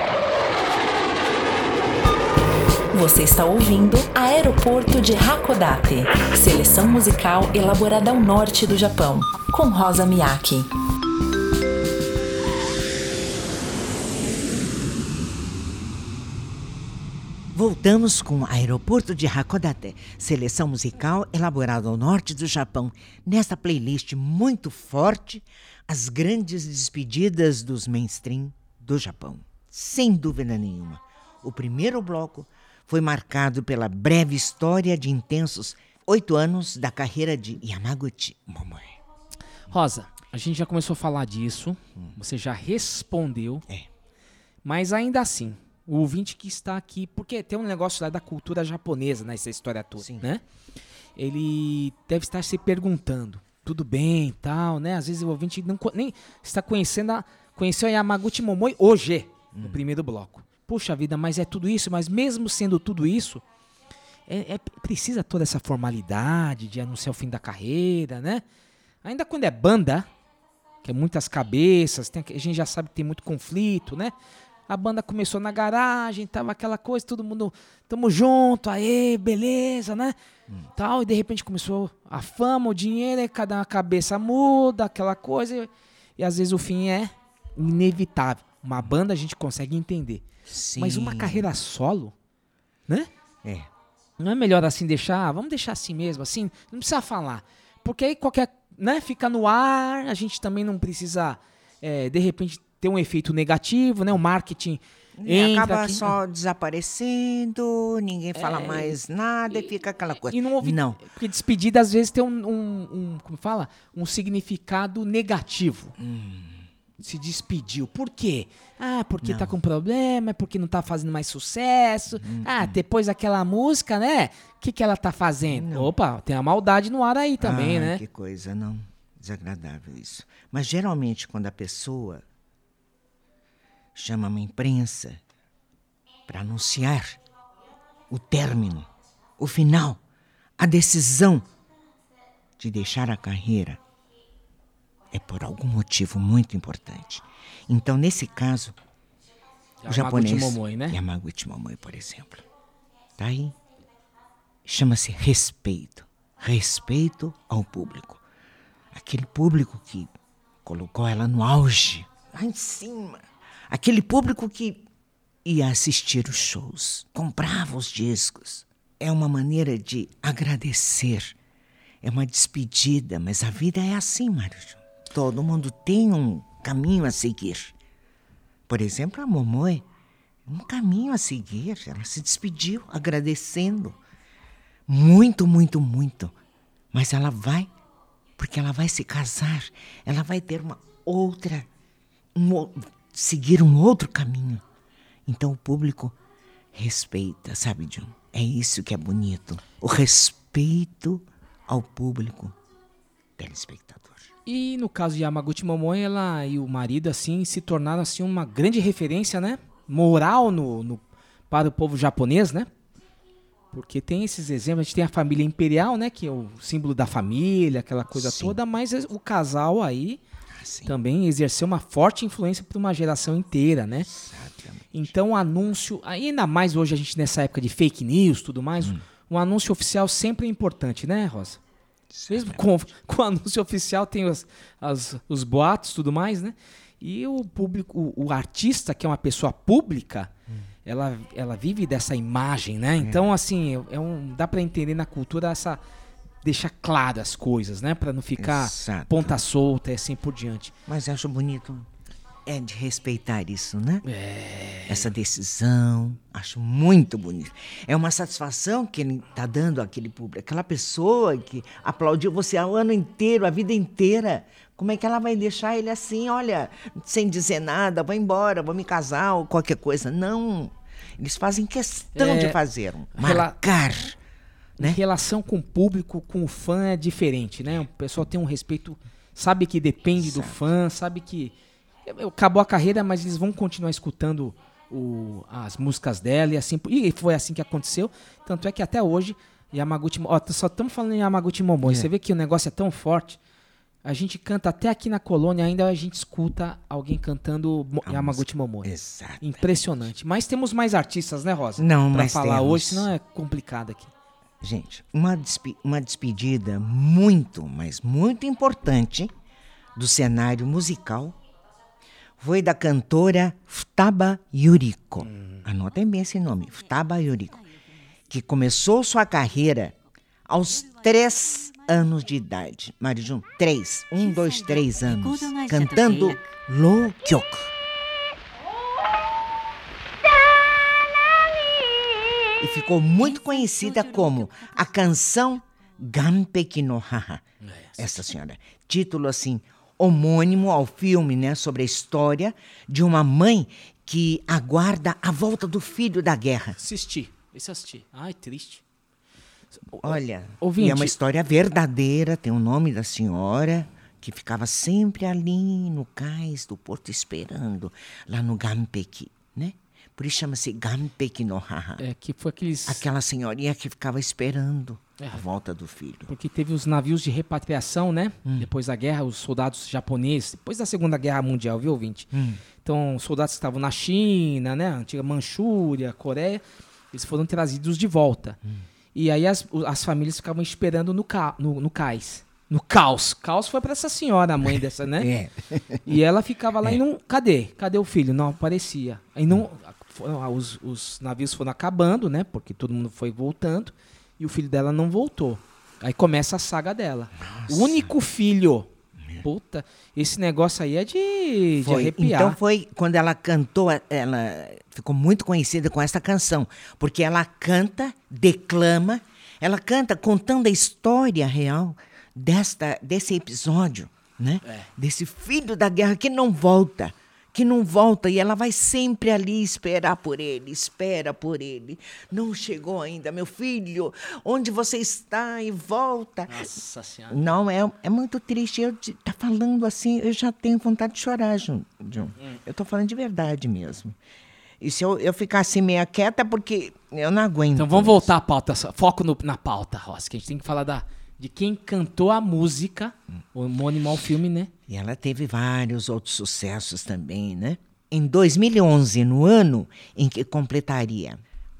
Você está ouvindo Aeroporto de Hakodate, seleção musical elaborada ao norte do Japão, com Rosa Miyake. Voltamos com Aeroporto de Hakodate, seleção musical elaborada ao norte do Japão. Nesta playlist muito forte, as grandes despedidas dos mainstream do Japão. sem dúvida nenhuma. O primeiro bloco foi marcado pela breve história de intensos 8 anos da carreira de Yamaguchi Momoe. Rosa, a gente já começou a falar disso, você já respondeu, mas ainda assim, o ouvinte que está aqui, porque tem um negócio lá da cultura japonesa nessa história toda, né? Ele deve estar se perguntando, tudo bem e tal, né? Às vezes o ouvinte nem está conheceu a Yamaguchi Momoe hoje, no primeiro bloco. Puxa vida, mas é tudo isso, mas mesmo sendo tudo isso, precisa toda essa formalidade de anunciar o fim da carreira, né? Ainda quando é banda, que é muitas cabeças, a gente já sabe que tem muito conflito, né? A banda começou na garagem, tava aquela coisa, todo mundo, tamo junto, aê, beleza, né? Tal, e de repente começou a fama, o dinheiro, e cada cabeça muda, aquela coisa, e às vezes o fim é inevitável. Uma banda a gente consegue entender. Sim. Mas uma carreira solo, né? É. Não é melhor assim deixar, vamos deixar assim mesmo, assim, não precisa falar. Porque aí qualquer, né, fica no ar, a gente também não precisa, de repente, ter um efeito negativo, né? O marketing entra acaba aqui, só desaparecendo, ninguém fala mais nada e fica aquela coisa. E não houve, Não. porque despedida às vezes tem como fala? Um significado negativo. Se despediu. Por quê? Ah, porque tá com problema, porque não tá fazendo mais sucesso. Ah, depois daquela música, né? O que ela tá fazendo? Opa, tem a maldade no ar aí também, né? Que coisa, não. Desagradável isso. Mas geralmente quando a pessoa chama uma imprensa para anunciar o término, o final, a decisão de deixar a carreira, é por algum motivo muito importante. Então, nesse caso, o japonês Momoe, né? Yamaguchi Momoe, por exemplo, tá aí. Chama-se respeito. Respeito ao público. Aquele público que colocou ela no auge, lá em cima. Aquele público que ia assistir os shows, comprava os discos. É uma maneira de agradecer. É uma despedida, mas a vida é assim, Mário. Todo mundo tem um caminho a seguir. Por exemplo, a Momoe, um caminho a seguir. Ela se despediu agradecendo. Muito, muito, muito. Mas ela vai, porque ela vai se casar. Ela vai ter uma outra, seguir um outro caminho. Então o público respeita, sabe, John? É isso que é bonito. O respeito ao público telespectador. E no caso de Yamaguchi Momoe, ela e o marido assim se tornaram assim uma grande referência, né? Moral para o povo japonês, né? Porque tem esses exemplos, a gente tem a família imperial, né? Que é o símbolo da família, aquela coisa toda, mas o casal aí também exerceu uma forte influência para uma geração inteira, né? Exatamente. Então o anúncio, ainda mais hoje a gente nessa época de fake news, tudo mais, um anúncio oficial sempre é importante, né, Rosa? Mesmo com o anúncio oficial tem os boatos e tudo mais, né? E o público, o artista, que é uma pessoa pública, ela vive dessa imagem, né? Então, assim, dá pra entender na cultura deixar claro as coisas, né? Pra não ficar ponta solta e assim por diante. Mas eu acho bonito, de respeitar isso, né? Essa decisão, acho muito bonito. É uma satisfação que ele tá dando àquele público, aquela pessoa que aplaudiu você o ano inteiro, a vida inteira. Como é que ela vai deixar ele assim, olha, sem dizer nada, vou embora, vou me casar ou qualquer coisa? Não, eles fazem questão de fazer, marcar. Né? Em relação com o público, com o fã é diferente, né? O pessoal tem um respeito, sabe que depende do fã, sabe que acabou a carreira, mas eles vão continuar escutando as músicas dela e foi assim que aconteceu. Tanto é que até hoje, Yamaguchi... só estamos falando em Yamaguchi Momoe. Você vê que o negócio é tão forte. A gente canta até aqui na colônia, ainda a gente escuta alguém cantando Yamaguchi Momoe. Exato. Impressionante. Mas temos mais artistas, né, Rosa? Não, pra mas falar temos. hoje, senão é complicado aqui. Gente, uma despedida muito, mas muito importante do cenário musical foi da cantora Futaba Yuriko. Anotem bem esse nome, Futaba Yuriko, que começou sua carreira aos 3 anos de idade. Marijun, 3, 1, 2, 3 anos, cantando Low Kyoku. e ficou muito conhecida como a canção Ganpeki no Haha. Essa senhora. Título assim, homônimo ao filme, né? Sobre a história de uma mãe que aguarda a volta do filho da guerra. Esse assisti. Ai, triste. Olha, Ouvinte. e é uma história verdadeira, tem o nome da senhora, que ficava sempre ali no cais do porto esperando, lá no Ganpeki, né? Por isso chama-se Ganpeki no Haha. Que foi Aquela senhorinha que ficava esperando a volta do filho. Porque teve os navios de repatriação, né? Depois da guerra, os soldados japoneses, depois da Segunda Guerra Mundial, viu, ouvinte? Então, soldados que estavam na China, né? Antiga Manchúria, Coreia, eles foram trazidos de volta. E aí as famílias ficavam esperando no cais. No caos. Caos foi pra essa senhora, a mãe dessa, né? E ela ficava lá e não... Cadê o filho? Não aparecia. Aí os navios foram acabando, né? Porque todo mundo foi voltando. E o filho dela não voltou. Aí começa a saga dela. Nossa. O único filho. Puta, esse negócio aí é de arrepiar. Então foi quando ela cantou, ela ficou muito conhecida com essa canção. Porque ela canta, declama, ela canta contando a história real desse episódio, né? Desse filho da guerra que não volta. E ela vai sempre ali espera por ele. Não chegou ainda, meu filho, onde você está? E volta. Nossa Senhora. Não, é muito triste, tá falando assim, eu já tenho vontade de chorar, John. Eu tô falando de verdade mesmo. E se eu ficar assim meio quieta, porque eu não aguento. Então vamos voltar à pauta, foco na pauta, Rossi, que a gente tem que falar de quem cantou a música, o homônimo ao filme, né? E ela teve vários outros sucessos também, né? Em 2011, no ano em que completaria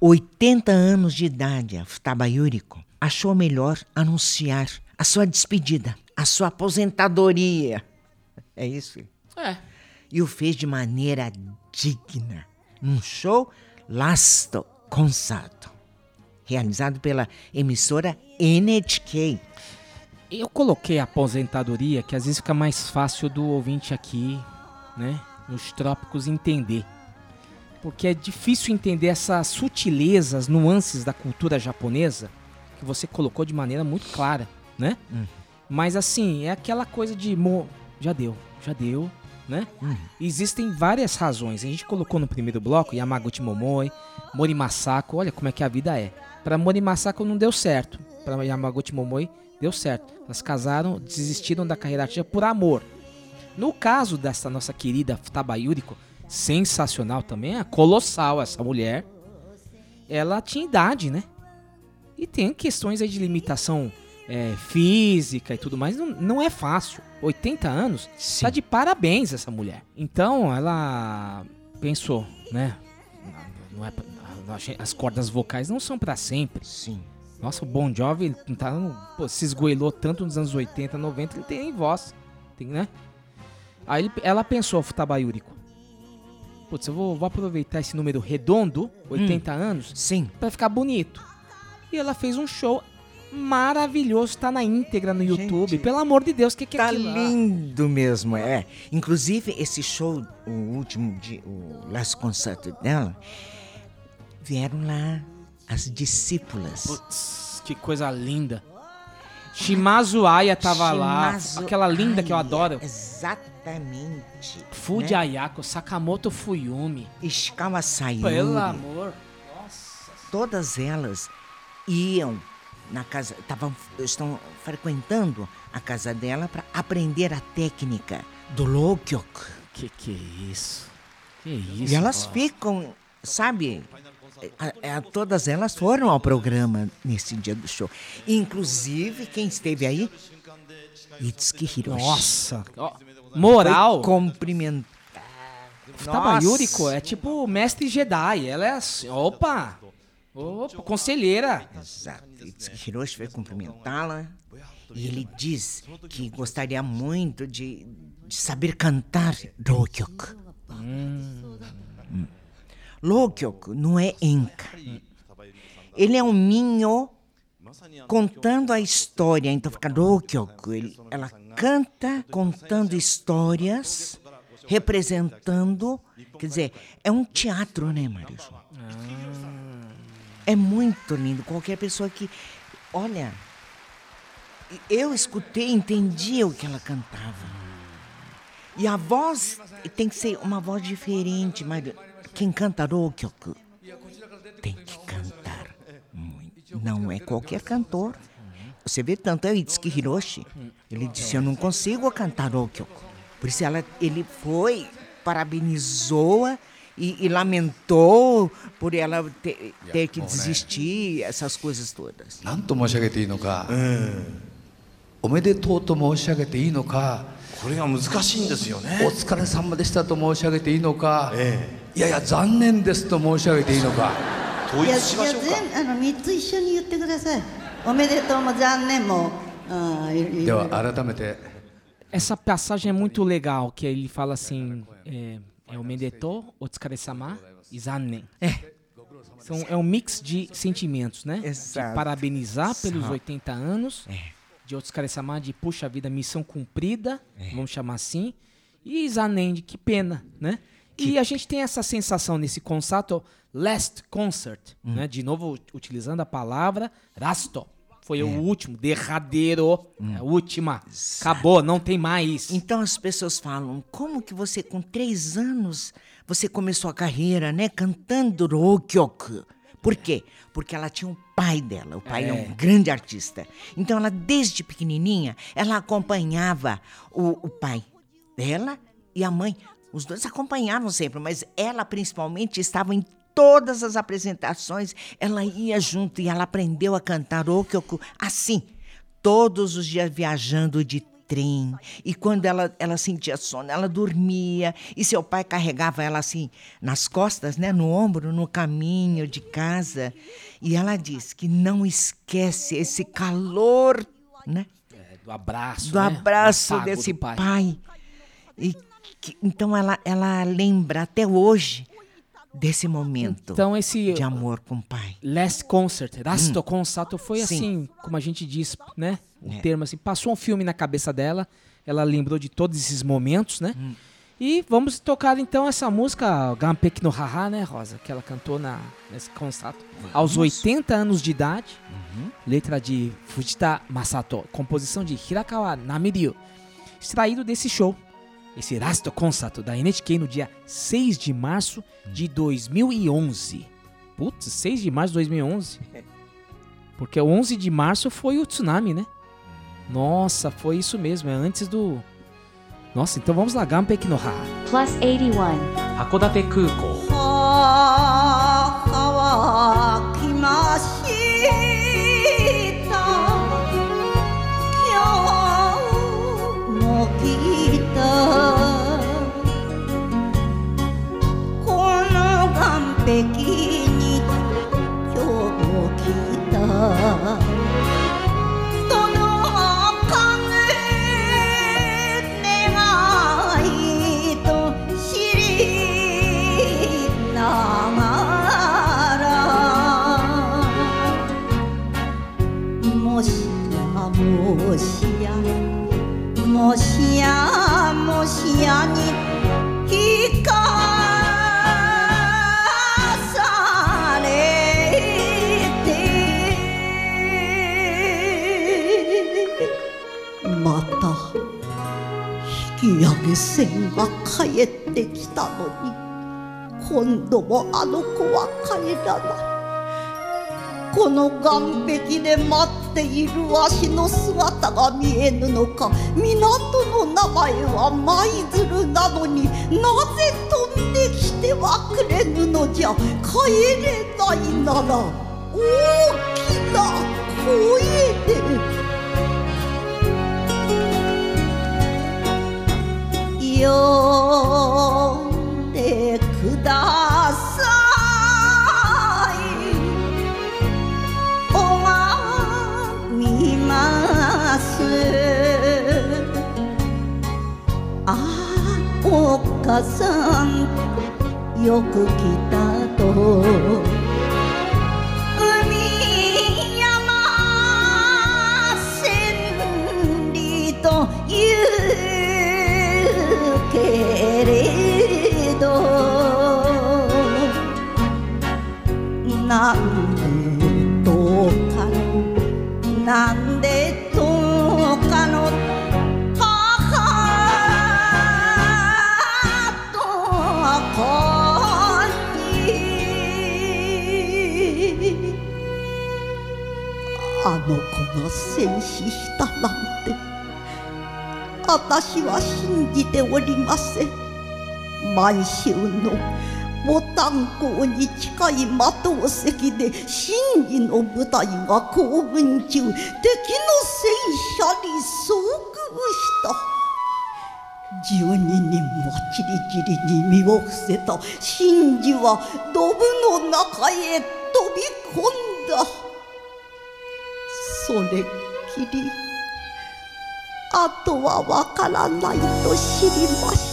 80 anos de idade, a Futaba Yuriko achou melhor anunciar a sua despedida, a sua aposentadoria. É isso? E o fez de maneira digna, num show Last Concert, realizado pela emissora NHK. Eu coloquei a aposentadoria, que às vezes fica mais fácil do ouvinte aqui, né, nos trópicos entender. Porque é difícil entender essas sutilezas, nuances da cultura japonesa, que você colocou de maneira muito clara, né? Mas assim, é aquela coisa de... Já deu, né? Existem várias razões. A gente colocou no primeiro bloco Yamaguchi Momoi, Mori Masako, olha como é que a vida é. Para Mori Masako não deu certo, para Yamaguchi Momoi deu certo. Elas casaram, desistiram da carreira artística por amor. No caso dessa nossa querida Futaba Yuriko, sensacional também, é colossal essa mulher. Ela tinha idade, né? E tem questões aí de limitação física e tudo mais. Não é fácil. 80 anos, sim. Tá de parabéns essa mulher. Então ela pensou, né? As cordas vocais não são pra sempre. Sim. Nossa, o Bon Jovi se esgoelou tanto nos anos 80, 90, ele tem nem voz. Né? Aí ela pensou, Futaba Yuriko, putz, eu vou aproveitar esse número redondo, 80 anos, sim, pra ficar bonito. E ela fez um show maravilhoso, tá na íntegra no YouTube. Pelo amor de Deus, que é aquilo? Tá lindo mesmo, Inclusive, esse show, o último dia, o Last Concert dela, vieram lá as discípulas. Putz, que coisa linda. Shimazu Aya tava lá, aquela linda que eu adoro. Exatamente. Fuji Ayako, Sakamoto Fuyumi. Ishikawa Sayuri. Pelo amor. Nossa. Todas elas iam na casa, estão frequentando a casa dela para aprender a técnica do Lokyok. Que é isso? Que isso? E elas ficam, sabe? Todas elas foram ao programa nesse dia do show. Inclusive, quem esteve aí? Itsuki Hiroshi. Nossa! Moral! Foi cumprimentar. Futaba Yuriko é tipo mestre Jedi. Ela é assim, opa, conselheira. Exato. Itsuki Hiroshi foi cumprimentá-la. E ele diz que gostaria muito de saber cantar Lokyok. Lokyok não é enka. Ele é um minho contando a história. Então fica Lokyok. Ela canta contando histórias, representando. Quer dizer, é um teatro, né, Marisol? É muito lindo. Qualquer pessoa que... Olha, eu escutei, entendi o que ela cantava. E a voz tem que ser uma voz diferente, mas quem canta Rokyoku tem que cantar muito. Não é qualquer cantor. Você vê tanto, é o Itsuki Hiroshi. Ele disse, eu não consigo cantar Rokyoku. Por isso ele foi, parabenizou-a e lamentou por ela ter que desistir, essas coisas todas. 何と申し上げていいのか、おめでとうと申し上げていいのか、 これが難しいんですよね。 お疲れ様でしたと申し上げていいのか、いやいや残念ですと申し上げていいのか。 統一しましょうか。 3つ一緒に言ってください。おめでとうも残念も。 では改めて。 Essa passagem é muito legal, que ele fala assim, o Medeto, Otsukaresama e Zannen. É um mix de sentimentos, né? Exato. De parabenizar pelos 80 anos, de Otsukaresama, de puxa vida, missão cumprida, vamos chamar assim, e Zannen, de que pena, né? E a gente tem essa sensação nesse concerto, Last Concert, né? De novo utilizando a palavra Rasto. Foi o último, derradeiro, a última. Acabou, não tem mais. Então as pessoas falam, como que você com 3 anos, você começou a carreira, né, cantando Rokyoku? Por quê? Porque ela tinha um pai dela, o pai é um grande artista. Então ela, desde pequenininha, ela acompanhava o pai dela e a mãe. Os dois acompanhavam sempre, mas ela principalmente estava em todas as apresentações, ela ia junto e ela aprendeu a cantar Rokyoku assim, todos os dias viajando de trem. E quando ela sentia sono, ela dormia. E seu pai carregava ela assim nas costas, né, no ombro, no caminho de casa. E ela diz que não esquece esse calor, né? Do abraço, do abraço desse pai. E então ela lembra até hoje desse momento então, esse de amor com o pai. Last Concert, Rasto Concerto foi assim, como a gente diz, né? Um termo assim, passou um filme na cabeça dela, ela lembrou de todos esses momentos, né? E vamos tocar então essa música, Ganpeki no Haha, né, Rosa? Que ela cantou nesse concerto aos 80 anos de idade, letra de Fujita Masato, composição de Hirakawa Namiryu, extraído desse show. Esse Rasto Concerto da NHK no dia 6 de março de 2011. Putz, 6 de março de 2011? Porque o 11 de março foi o tsunami, né? Nossa, foi isso mesmo, é antes do... Nossa, então vamos lá, Ganpeki no Ha. Plus 81. Hakodate Kukou. 線が帰ってきたのに今度もあの子は帰らない。この岸壁で待っているわしの姿が見えぬのか。港の名前は舞鶴なのになぜ飛んできてはくれぬのじゃ。帰れないなら大きな声で呼んでください。拝みます。ああ、おっかさんよく来たと。海山千里というけれどなんでかのなんでどうかの母と子にあの子が戦死したなんて私は信じておりません。満州の牡丹港に近い的尾関で真偽の部隊が行軍中、敵の戦車に遭遇した。12人はちりぢりに身を伏せた真偽はドブの中へ飛び込んだ。それっきりあとはわからないと知りました。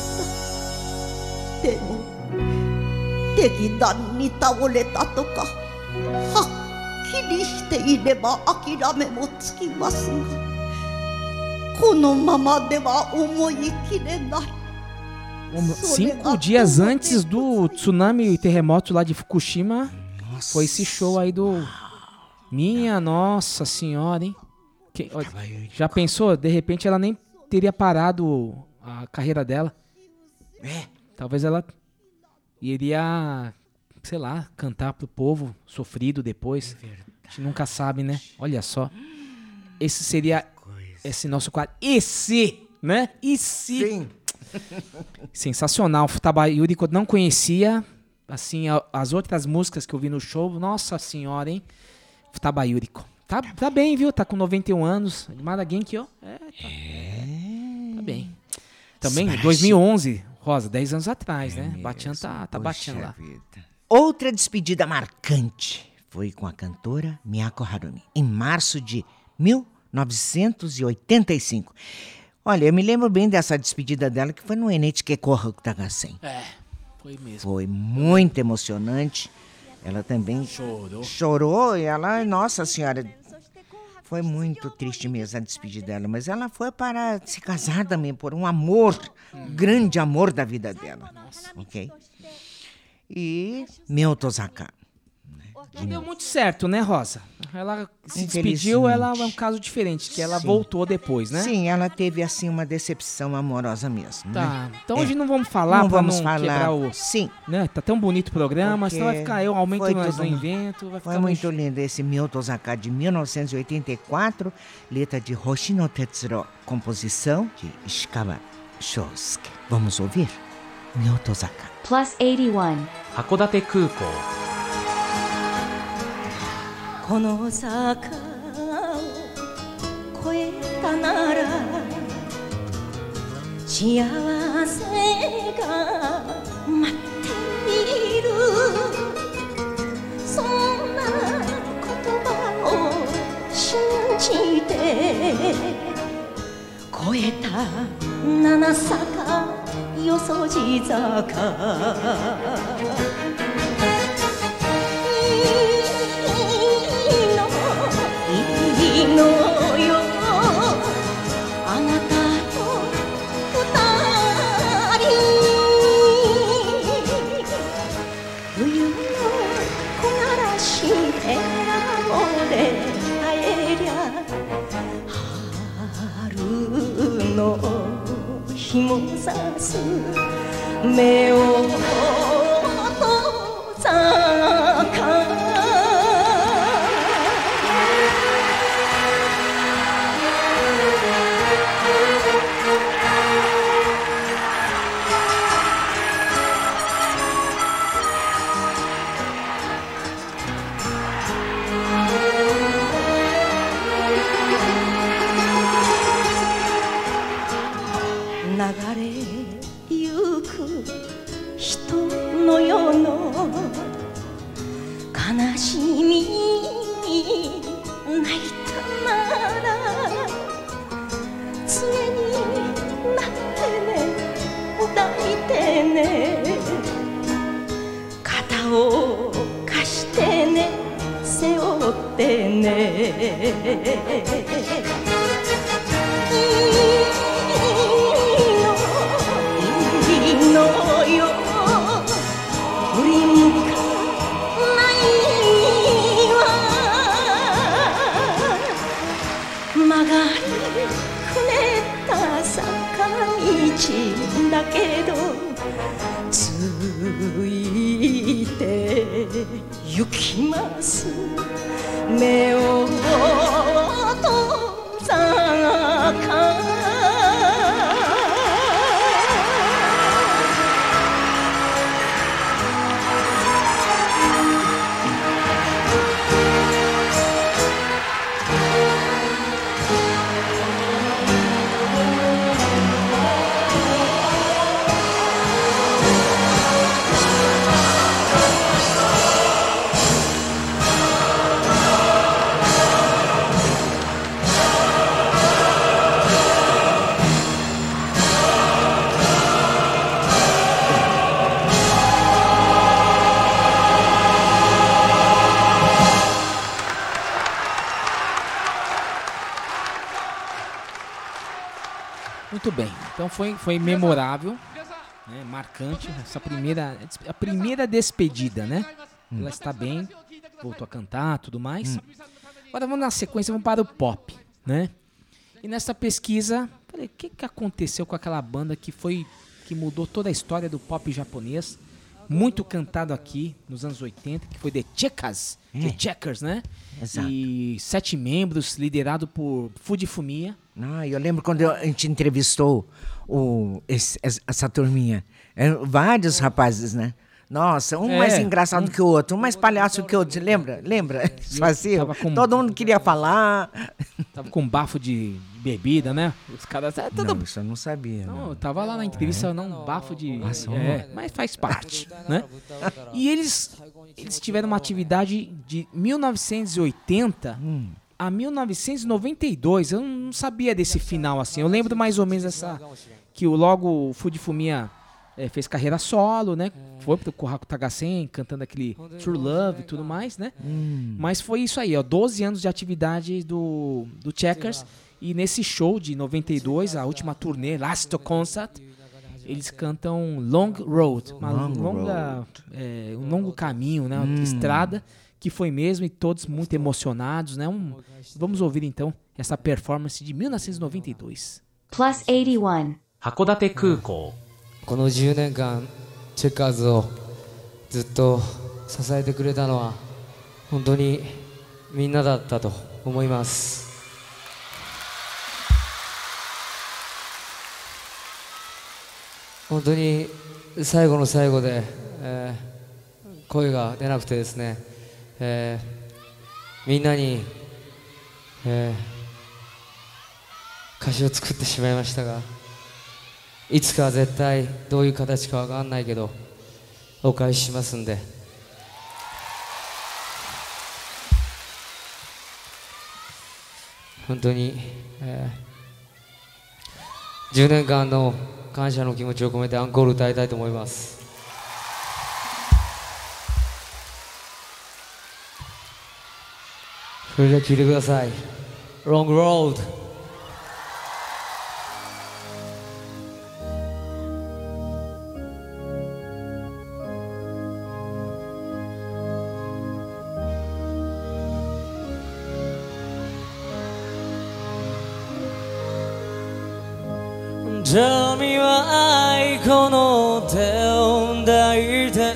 でも敵弾に倒れたとかはっきりしていれば諦めもつきますが、このままでは思いきれない。 5 dias antes do tsunami e terremoto lá de Fukushima, foi esse show aí do... Minha nossa senhora, hein? Já pensou? De repente ela nem teria parado a carreira dela. Talvez ela iria, sei lá, cantar pro povo sofrido depois. A gente nunca sabe, né? Olha só. Esse seria esse nosso quadro. Né? Sim. Sensacional. Futaba Yuri, que eu não conhecia. Assim, as outras músicas que eu vi no show. Nossa senhora, hein? Futaba Yuriko. Tá bem, viu? Tá com 91 anos. Animada Genki, ó. Tá bem. Também, 2011, Rosa, 10 anos atrás, né? Batian tá batendo lá. Outra despedida marcante foi com a cantora Miyako Harumi, em março de 1985. Olha, eu me lembro bem dessa despedida dela, que foi no NHK Kohaku Tagasen. Foi mesmo. Foi muito emocionante. Ela também chorou e ela, nossa senhora, foi muito triste mesmo a despedida dela, mas ela foi para se casar também por um amor, grande amor da vida dela, ok? E Mio Tozaka. Não deu muito certo, né, Rosa? Ela se despediu, ela é um caso diferente, que ela voltou depois, né? Sim, ela teve, assim, uma decepção amorosa mesmo. Tá, né? Então hoje não vamos falar não pra vamos não falar. quebrar o... Sim. Né? Tá tão bonito o programa, senão vai ficar eu aumento mais no invento. Vai foi ficar muito lindo esse Mio Tozaka de 1984, letra de Hoshino Tetsuro, composição de Ishikawa Shousuke. Vamos ouvir? Mio Tozaka. Plus 81. Hakodate Kukou. この坂を越えたなら幸せが待っている、そんな言葉を信じて越えた七坂よそじ坂、いいのよ、あなたと二人、冬の木枯らしペラボで会えりゃ、春の日もさす目をとざか流れゆく人の世の悲しみに泣いたなら杖になってね、抱いてね、肩を貸してね、背負ってね、のよ、振り向かないわ、 行きます目を閉ざか Muito bem, então foi memorável, né, marcante, a primeira despedida, né? Ela está bem, voltou a cantar, tudo mais. Agora vamos na sequência, vamos para o pop, né? E nessa pesquisa, falei, o que aconteceu com aquela banda que mudou toda a história do pop japonês, muito cantado aqui nos anos 80, que foi The Checkers, The Checkers, né? Exato. E 7 membros, liderado por Fujifumiya. Eu lembro quando a gente entrevistou essa turminha. Vários rapazes, né? Nossa, um mais engraçado que o outro, um mais palhaço que o outro. Lembra? Eles faziam. Todo mundo queria falar. Tava com bafo de bebida, né? Os caras... Não, isso eu não sabia. Não, eu tava lá na entrevista, não, bafo de... mas faz parte, né? E eles tiveram uma atividade de 1980 a 1992. Eu não sabia desse final, assim. Eu lembro mais ou menos que logo o Fujifumiya fez carreira solo, né? Foi pro Kohaku Tagasen, cantando aquele True Love e tudo mais, né? Mas foi isso aí, 12 anos de atividade do Checkers. E nesse show de 92, a última turnê, Last Concert, eles cantam Long Road, um longo caminho, né? Uma estrada, que foi mesmo, e todos muito emocionados, né? Vamos ouvir então essa performance de 1992. Plus 81. 函館空港。 この10年間チェッカーズをずっと支えてくれたのは本当にみんなだったと思います。本当に最後の最後で、声が出なくてですね、みんなに、歌詞を作ってしまいましたが、いつかは絶対どういう形かわかんないけどお返ししますんで、本当に、10年間の感謝の気持ちを込めてアンコール歌いたいと思います。それでは聴いてください。 Long Road。 君は愛子の手を抱いて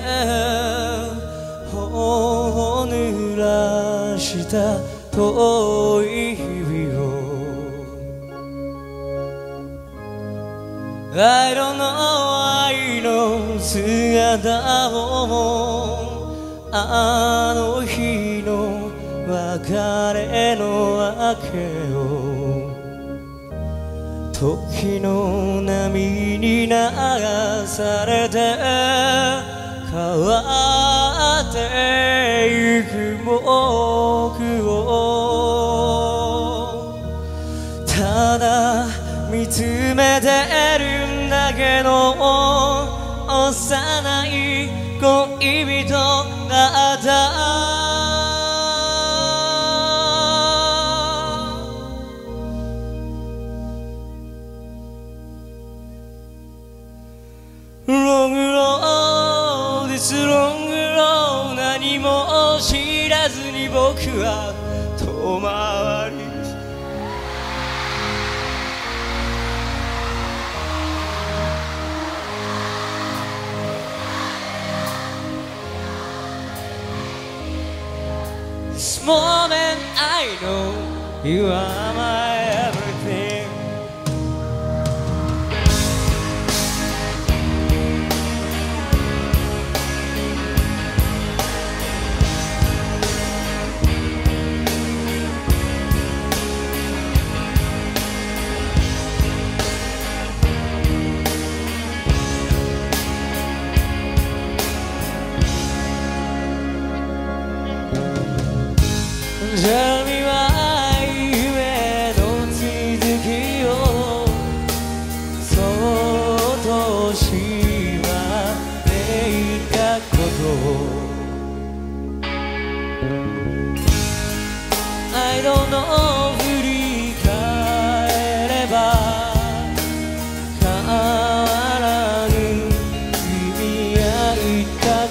頬を濡らした遠い日々を I don't know 愛の姿をあの日の別れの明けを時の波に流されて変わってゆく僕をただ見つめてるんだけど幼い恋人だったロングローです、ロングロー何も知らずに僕は遠回り This moment I know you are my everything. Tell me why 夢の続きをそっとしまっていたことI don't know 振り返れば変わらぬ意味や言った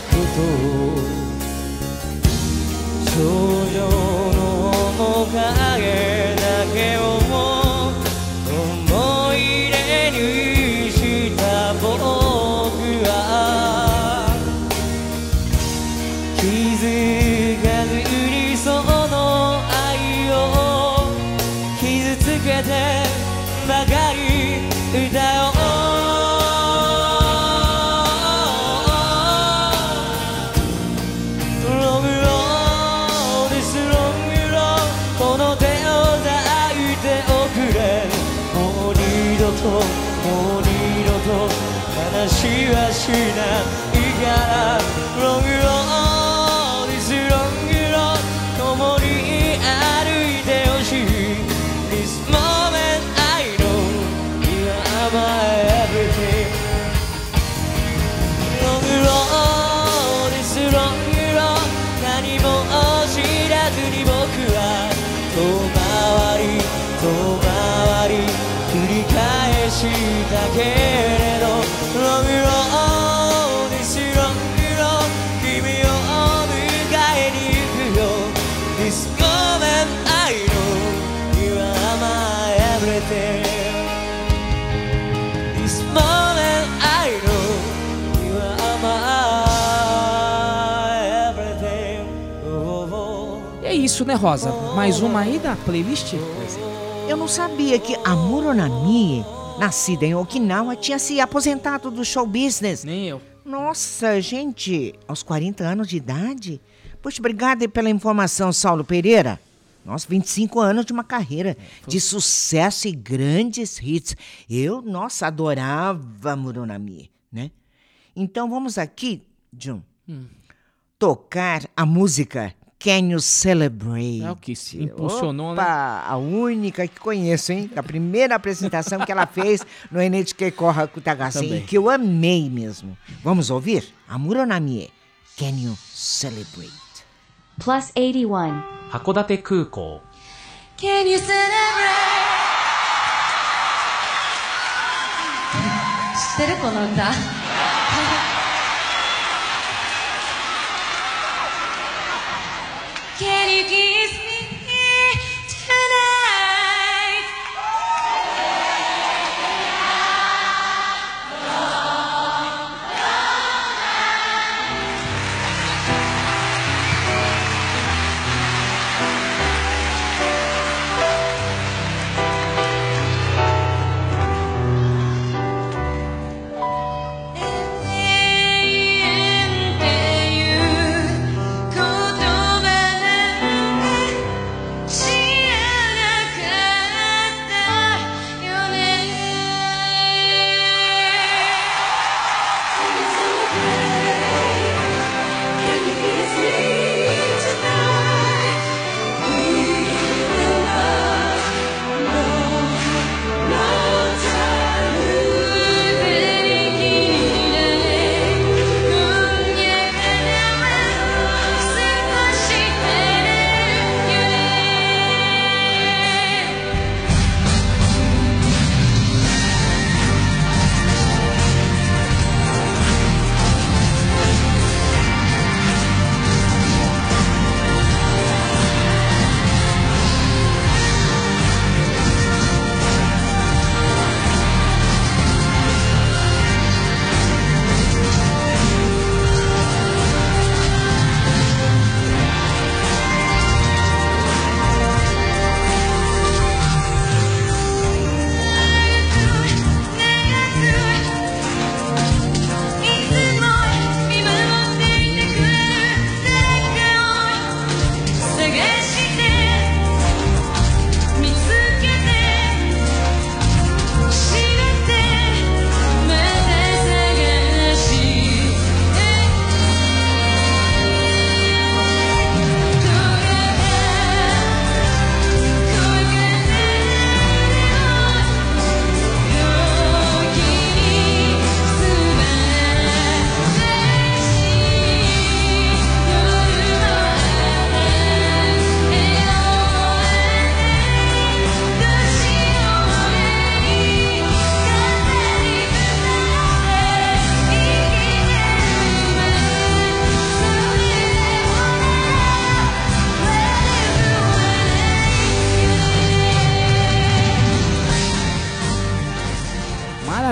こと少女影だけをも思い出にした僕は気づかずにその愛を傷つけてばかり歌おうもう二度と話はしないから Long road, this long road 共に歩いてほしい This moment I know you are my everything Long road, this long road 何も知らずに僕は遠回り繰り返したけれど Long road, this long road 君を迎えに行くよ This moment I know you are my everything This moment I know you are my everything E é isso, né, Rosa? Mais uma aí da playlist? Eu não sabia que a Muronami, nascida em Okinawa, tinha se aposentado do show business. Nem eu. Nossa, gente, aos 40 anos de idade? Poxa, obrigada pela informação, Saulo Pereira. Nossa, 25 anos de uma carreira de sucesso e grandes hits. Eu, nossa, adorava Muronami, né? Então vamos aqui, Jun, tocar a música Can You Celebrate? É o que se impulsionou, Opa, né? A única que conheço, hein? Da primeira apresentação que ela fez no NHK Koha Kutagassen, que eu amei mesmo. Vamos ouvir? A Muronami, Can You Celebrate? Plus 81. 函館空港 Can you celebrate? 知ってるこの歌Can you kiss me tonight? And you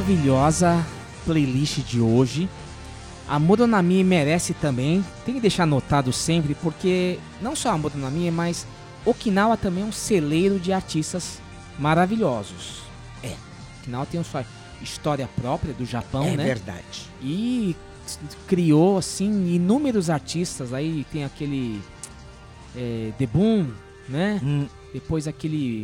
maravilhosa playlist de hoje. A Moronami merece também, tem que deixar anotado sempre, porque não só a Moronami, mas Okinawa também é um celeiro de artistas maravilhosos. Okinawa tem sua história própria do Japão, né? É verdade. E criou, assim, inúmeros artistas. Aí tem aquele The Boom, né? Depois aquele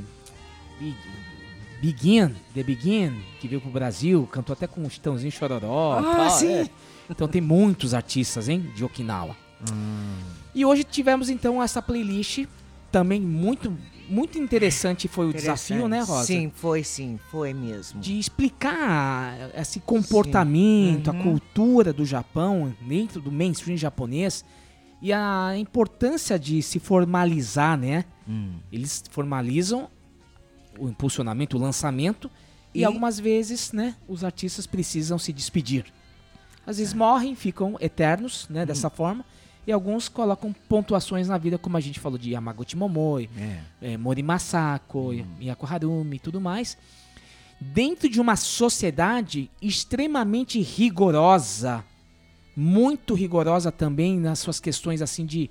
The Begin, que veio pro Brasil, cantou até com o Chitãozinho Chororó. Sim. Então tem muitos artistas, hein, de Okinawa. E hoje tivemos então essa playlist também muito interessante. Foi o desafio, né, Rosa? Sim, foi mesmo. De explicar esse comportamento, a cultura do Japão dentro do mainstream japonês e a importância de se formalizar, né? Eles formalizam o impulsionamento, o lançamento e algumas vezes, né, os artistas precisam se despedir. Às vezes morrem, ficam eternos, né, dessa forma. E alguns colocam pontuações na vida, como a gente falou de Yamaguchi Momoi, Mori Masako, Miyako Harumi e tudo mais. Dentro de uma sociedade extremamente rigorosa, muito rigorosa também nas suas questões assim de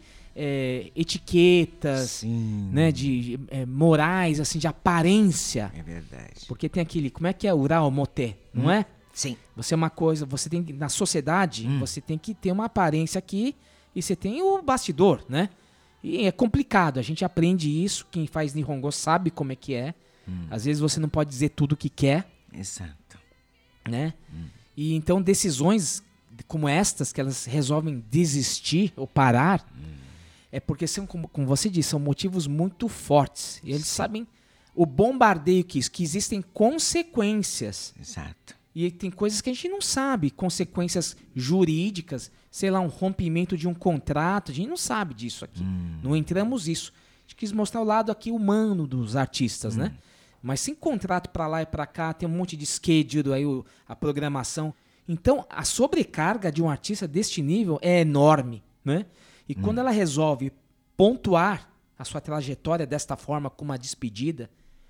etiquetas, né, de morais, assim, de aparência. É verdade. Porque tem aquele, como é que é Ura Omote, não é? Sim. Você é uma coisa, você tem na sociedade, você tem que ter uma aparência aqui e você tem o bastidor, né? E é complicado, a gente aprende isso, quem faz Nihongo sabe como é que é. Às vezes você não pode dizer tudo o que quer. Exato. Né? E então decisões como estas, que elas resolvem desistir ou parar, é porque são, como você disse, são motivos muito fortes. E eles sabem o bombardeio que existem consequências. Exato. E tem coisas que a gente não sabe, consequências jurídicas, sei lá, um rompimento de um contrato, a gente não sabe disso aqui. Não entramos nisso. A gente quis mostrar o lado aqui humano dos artistas, né? Mas sem contrato para lá e para cá, tem um monte de schedule aí, a programação. Então, a sobrecarga de um artista deste nível é enorme, né? E quando ela resolve pontuar a sua trajetória desta forma, com uma despedida,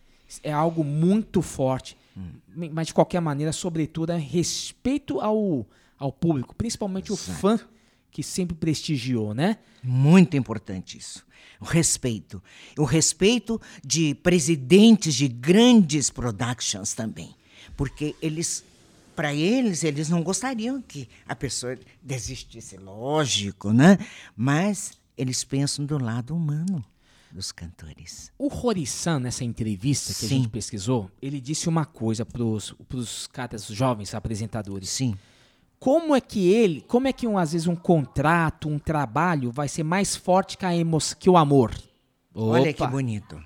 é algo muito forte. Mas, de qualquer maneira, sobretudo, é respeito ao público, principalmente o fã que sempre prestigiou, né? Muito importante isso. O respeito. O respeito de presidentes de grandes productions também. Porque para eles não gostariam que a pessoa desistisse, lógico, né? Mas eles pensam do lado humano dos cantores. O Hori-san, nessa entrevista que a gente pesquisou, ele disse uma coisa pros caras jovens apresentadores. Sim. Como é que às vezes um contrato, um trabalho vai ser mais forte que o amor? Olha que bonito.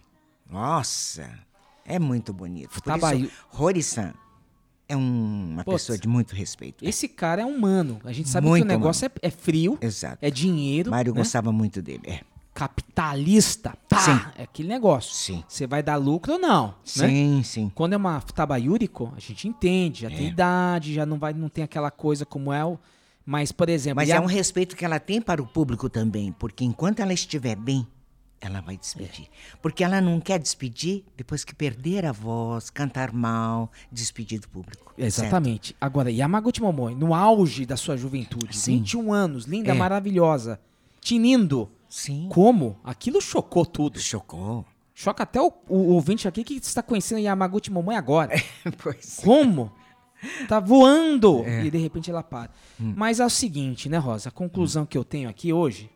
Nossa, é muito bonito. Por isso, Hori-san é uma pessoa de muito respeito. Esse cara é humano. A gente sabe muito que o negócio é frio, é dinheiro. Mário né? gostava muito dele. Capitalista, é aquele negócio. Sim. Você vai dar lucro ou não? Sim, né? sim. Quando é uma Futabayuriko, a gente entende, já tem idade, já não tem aquela coisa como é o... Mas, por exemplo... Mas é um respeito que ela tem para o público também, porque enquanto ela estiver bem, ela vai despedir. Porque ela não quer despedir depois que perder a voz, cantar mal, despedir do público. Exatamente. Certo? Agora, Yamaguchi Momoi, no auge da sua juventude, 21 anos, linda, maravilhosa, tinindo. Sim. Como? Aquilo chocou tudo. Chocou. Choca até o ouvinte aqui que está conhecendo Yamaguchi Momoi agora. Pois. Como? Tá voando. E de repente ela para. Mas é o seguinte, né, Rosa? A conclusão que eu tenho aqui hoje,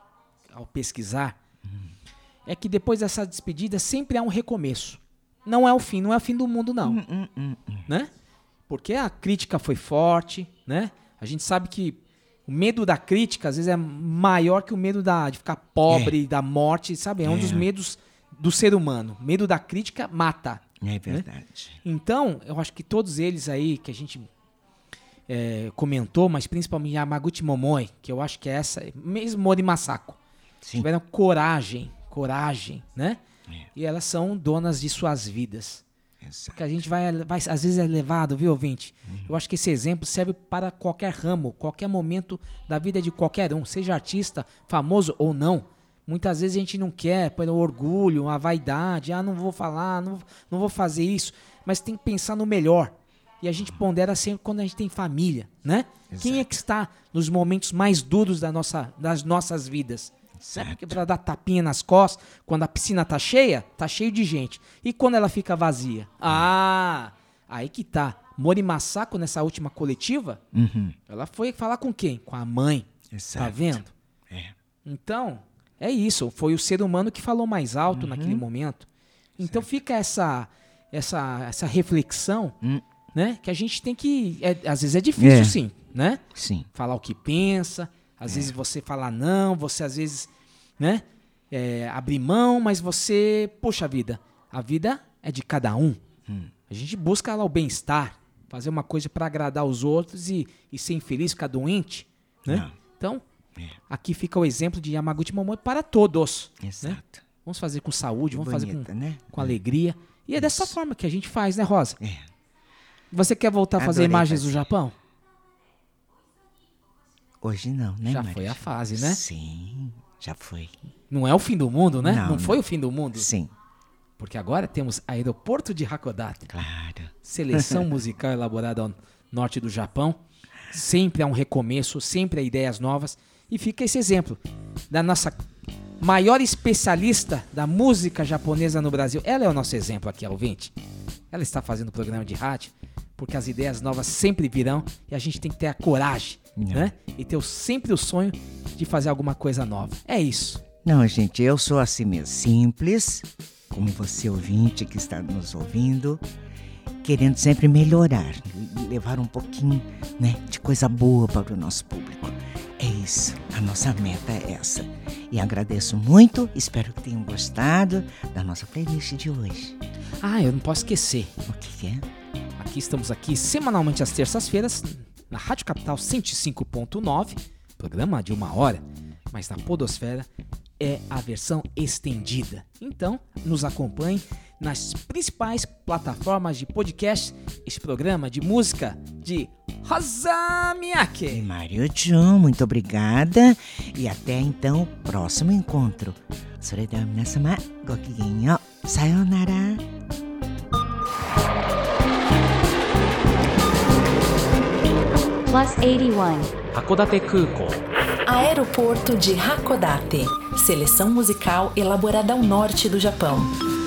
ao pesquisar, é que depois dessa despedida sempre há um recomeço. Não é o fim do mundo, não. Né? Porque a crítica foi forte, né? A gente sabe que o medo da crítica, às vezes, é maior que o medo de ficar pobre, da morte, sabe? É um dos medos do ser humano. O medo da crítica mata. É verdade. Né? Então, eu acho que todos eles aí que a gente comentou, mas principalmente Yamaguchi Momoi, que eu acho que é essa, mesmo Mori Masako, tiveram coragem, né? E elas são donas de suas vidas. Exato. Porque a gente vai às vezes é levado, viu, ouvinte? Eu acho que esse exemplo serve para qualquer ramo, qualquer momento da vida de qualquer um, seja artista, famoso ou não. Muitas vezes a gente não quer, pelo orgulho, a vaidade, não vou falar, não vou fazer isso, mas tem que pensar no melhor, e a gente pondera sempre quando a gente tem família, né? Exato. Quem é que está nos momentos mais duros das nossas vidas? Certo. Porque pra dar tapinha nas costas, quando a piscina tá cheia, tá cheio de gente. E quando ela fica vazia? Aí que tá. Mori Masako, nessa última coletiva, ela foi falar com quem? Com a mãe. Exato. Tá vendo? Então, é isso. Foi o ser humano que falou mais alto naquele momento. Então fica essa reflexão, né? Que a gente tem que... às vezes é difícil, sim, né? Sim. Falar o que pensa. Às vezes você fala não, você às vezes, né? Abrir mão, mas você... Poxa vida, a vida é de cada um. A gente busca lá o bem-estar, fazer uma coisa para agradar os outros e ser infeliz, ficar doente, né? Não. Então, aqui fica o exemplo de Yamaguchi Momoi para todos. Exato. Né? Vamos fazer com saúde, vamos bonita, fazer né? com alegria. E é dessa forma que a gente faz, né, Rosa? Você quer voltar a fazer imagens do Japão? Hoje não, né, Já Maria? foi a fase, né? Sim, já foi. Não é o fim do mundo, né? Não foi o fim do mundo? Sim. Porque agora temos Aeroporto de Hakodate. Claro. Seleção musical elaborada ao norte do Japão. Sempre há um recomeço, sempre há ideias novas. E fica esse exemplo da nossa maior especialista da música japonesa no Brasil. Ela é o nosso exemplo aqui, ouvinte. Ela está fazendo programa de rádio, porque as ideias novas sempre virão e a gente tem que ter a coragem, né? E ter sempre o sonho de fazer alguma coisa nova. É isso. Não, gente, eu sou assim mesmo, simples, como você ouvinte que está nos ouvindo, querendo sempre melhorar, levar um pouquinho, né, de coisa boa para o nosso público. É isso, a nossa meta é essa. E agradeço muito, espero que tenham gostado da nossa playlist de hoje. Eu não posso esquecer. O que é? Estamos aqui semanalmente às terças-feiras, na Rádio Capital 105.9, programa de 1 hora, mas na Podosfera é a versão estendida. Então, nos acompanhe nas principais plataformas de podcast, esse programa de música de Rosa Miyake. E Mário Jun, muito obrigada. E até então, próximo encontro. Soredewa minasama, gokigen yo. Sayonara. Plus 81. Hakodate Kukou. Aeroporto de Hakodate. Seleção musical elaborada ao norte do Japão.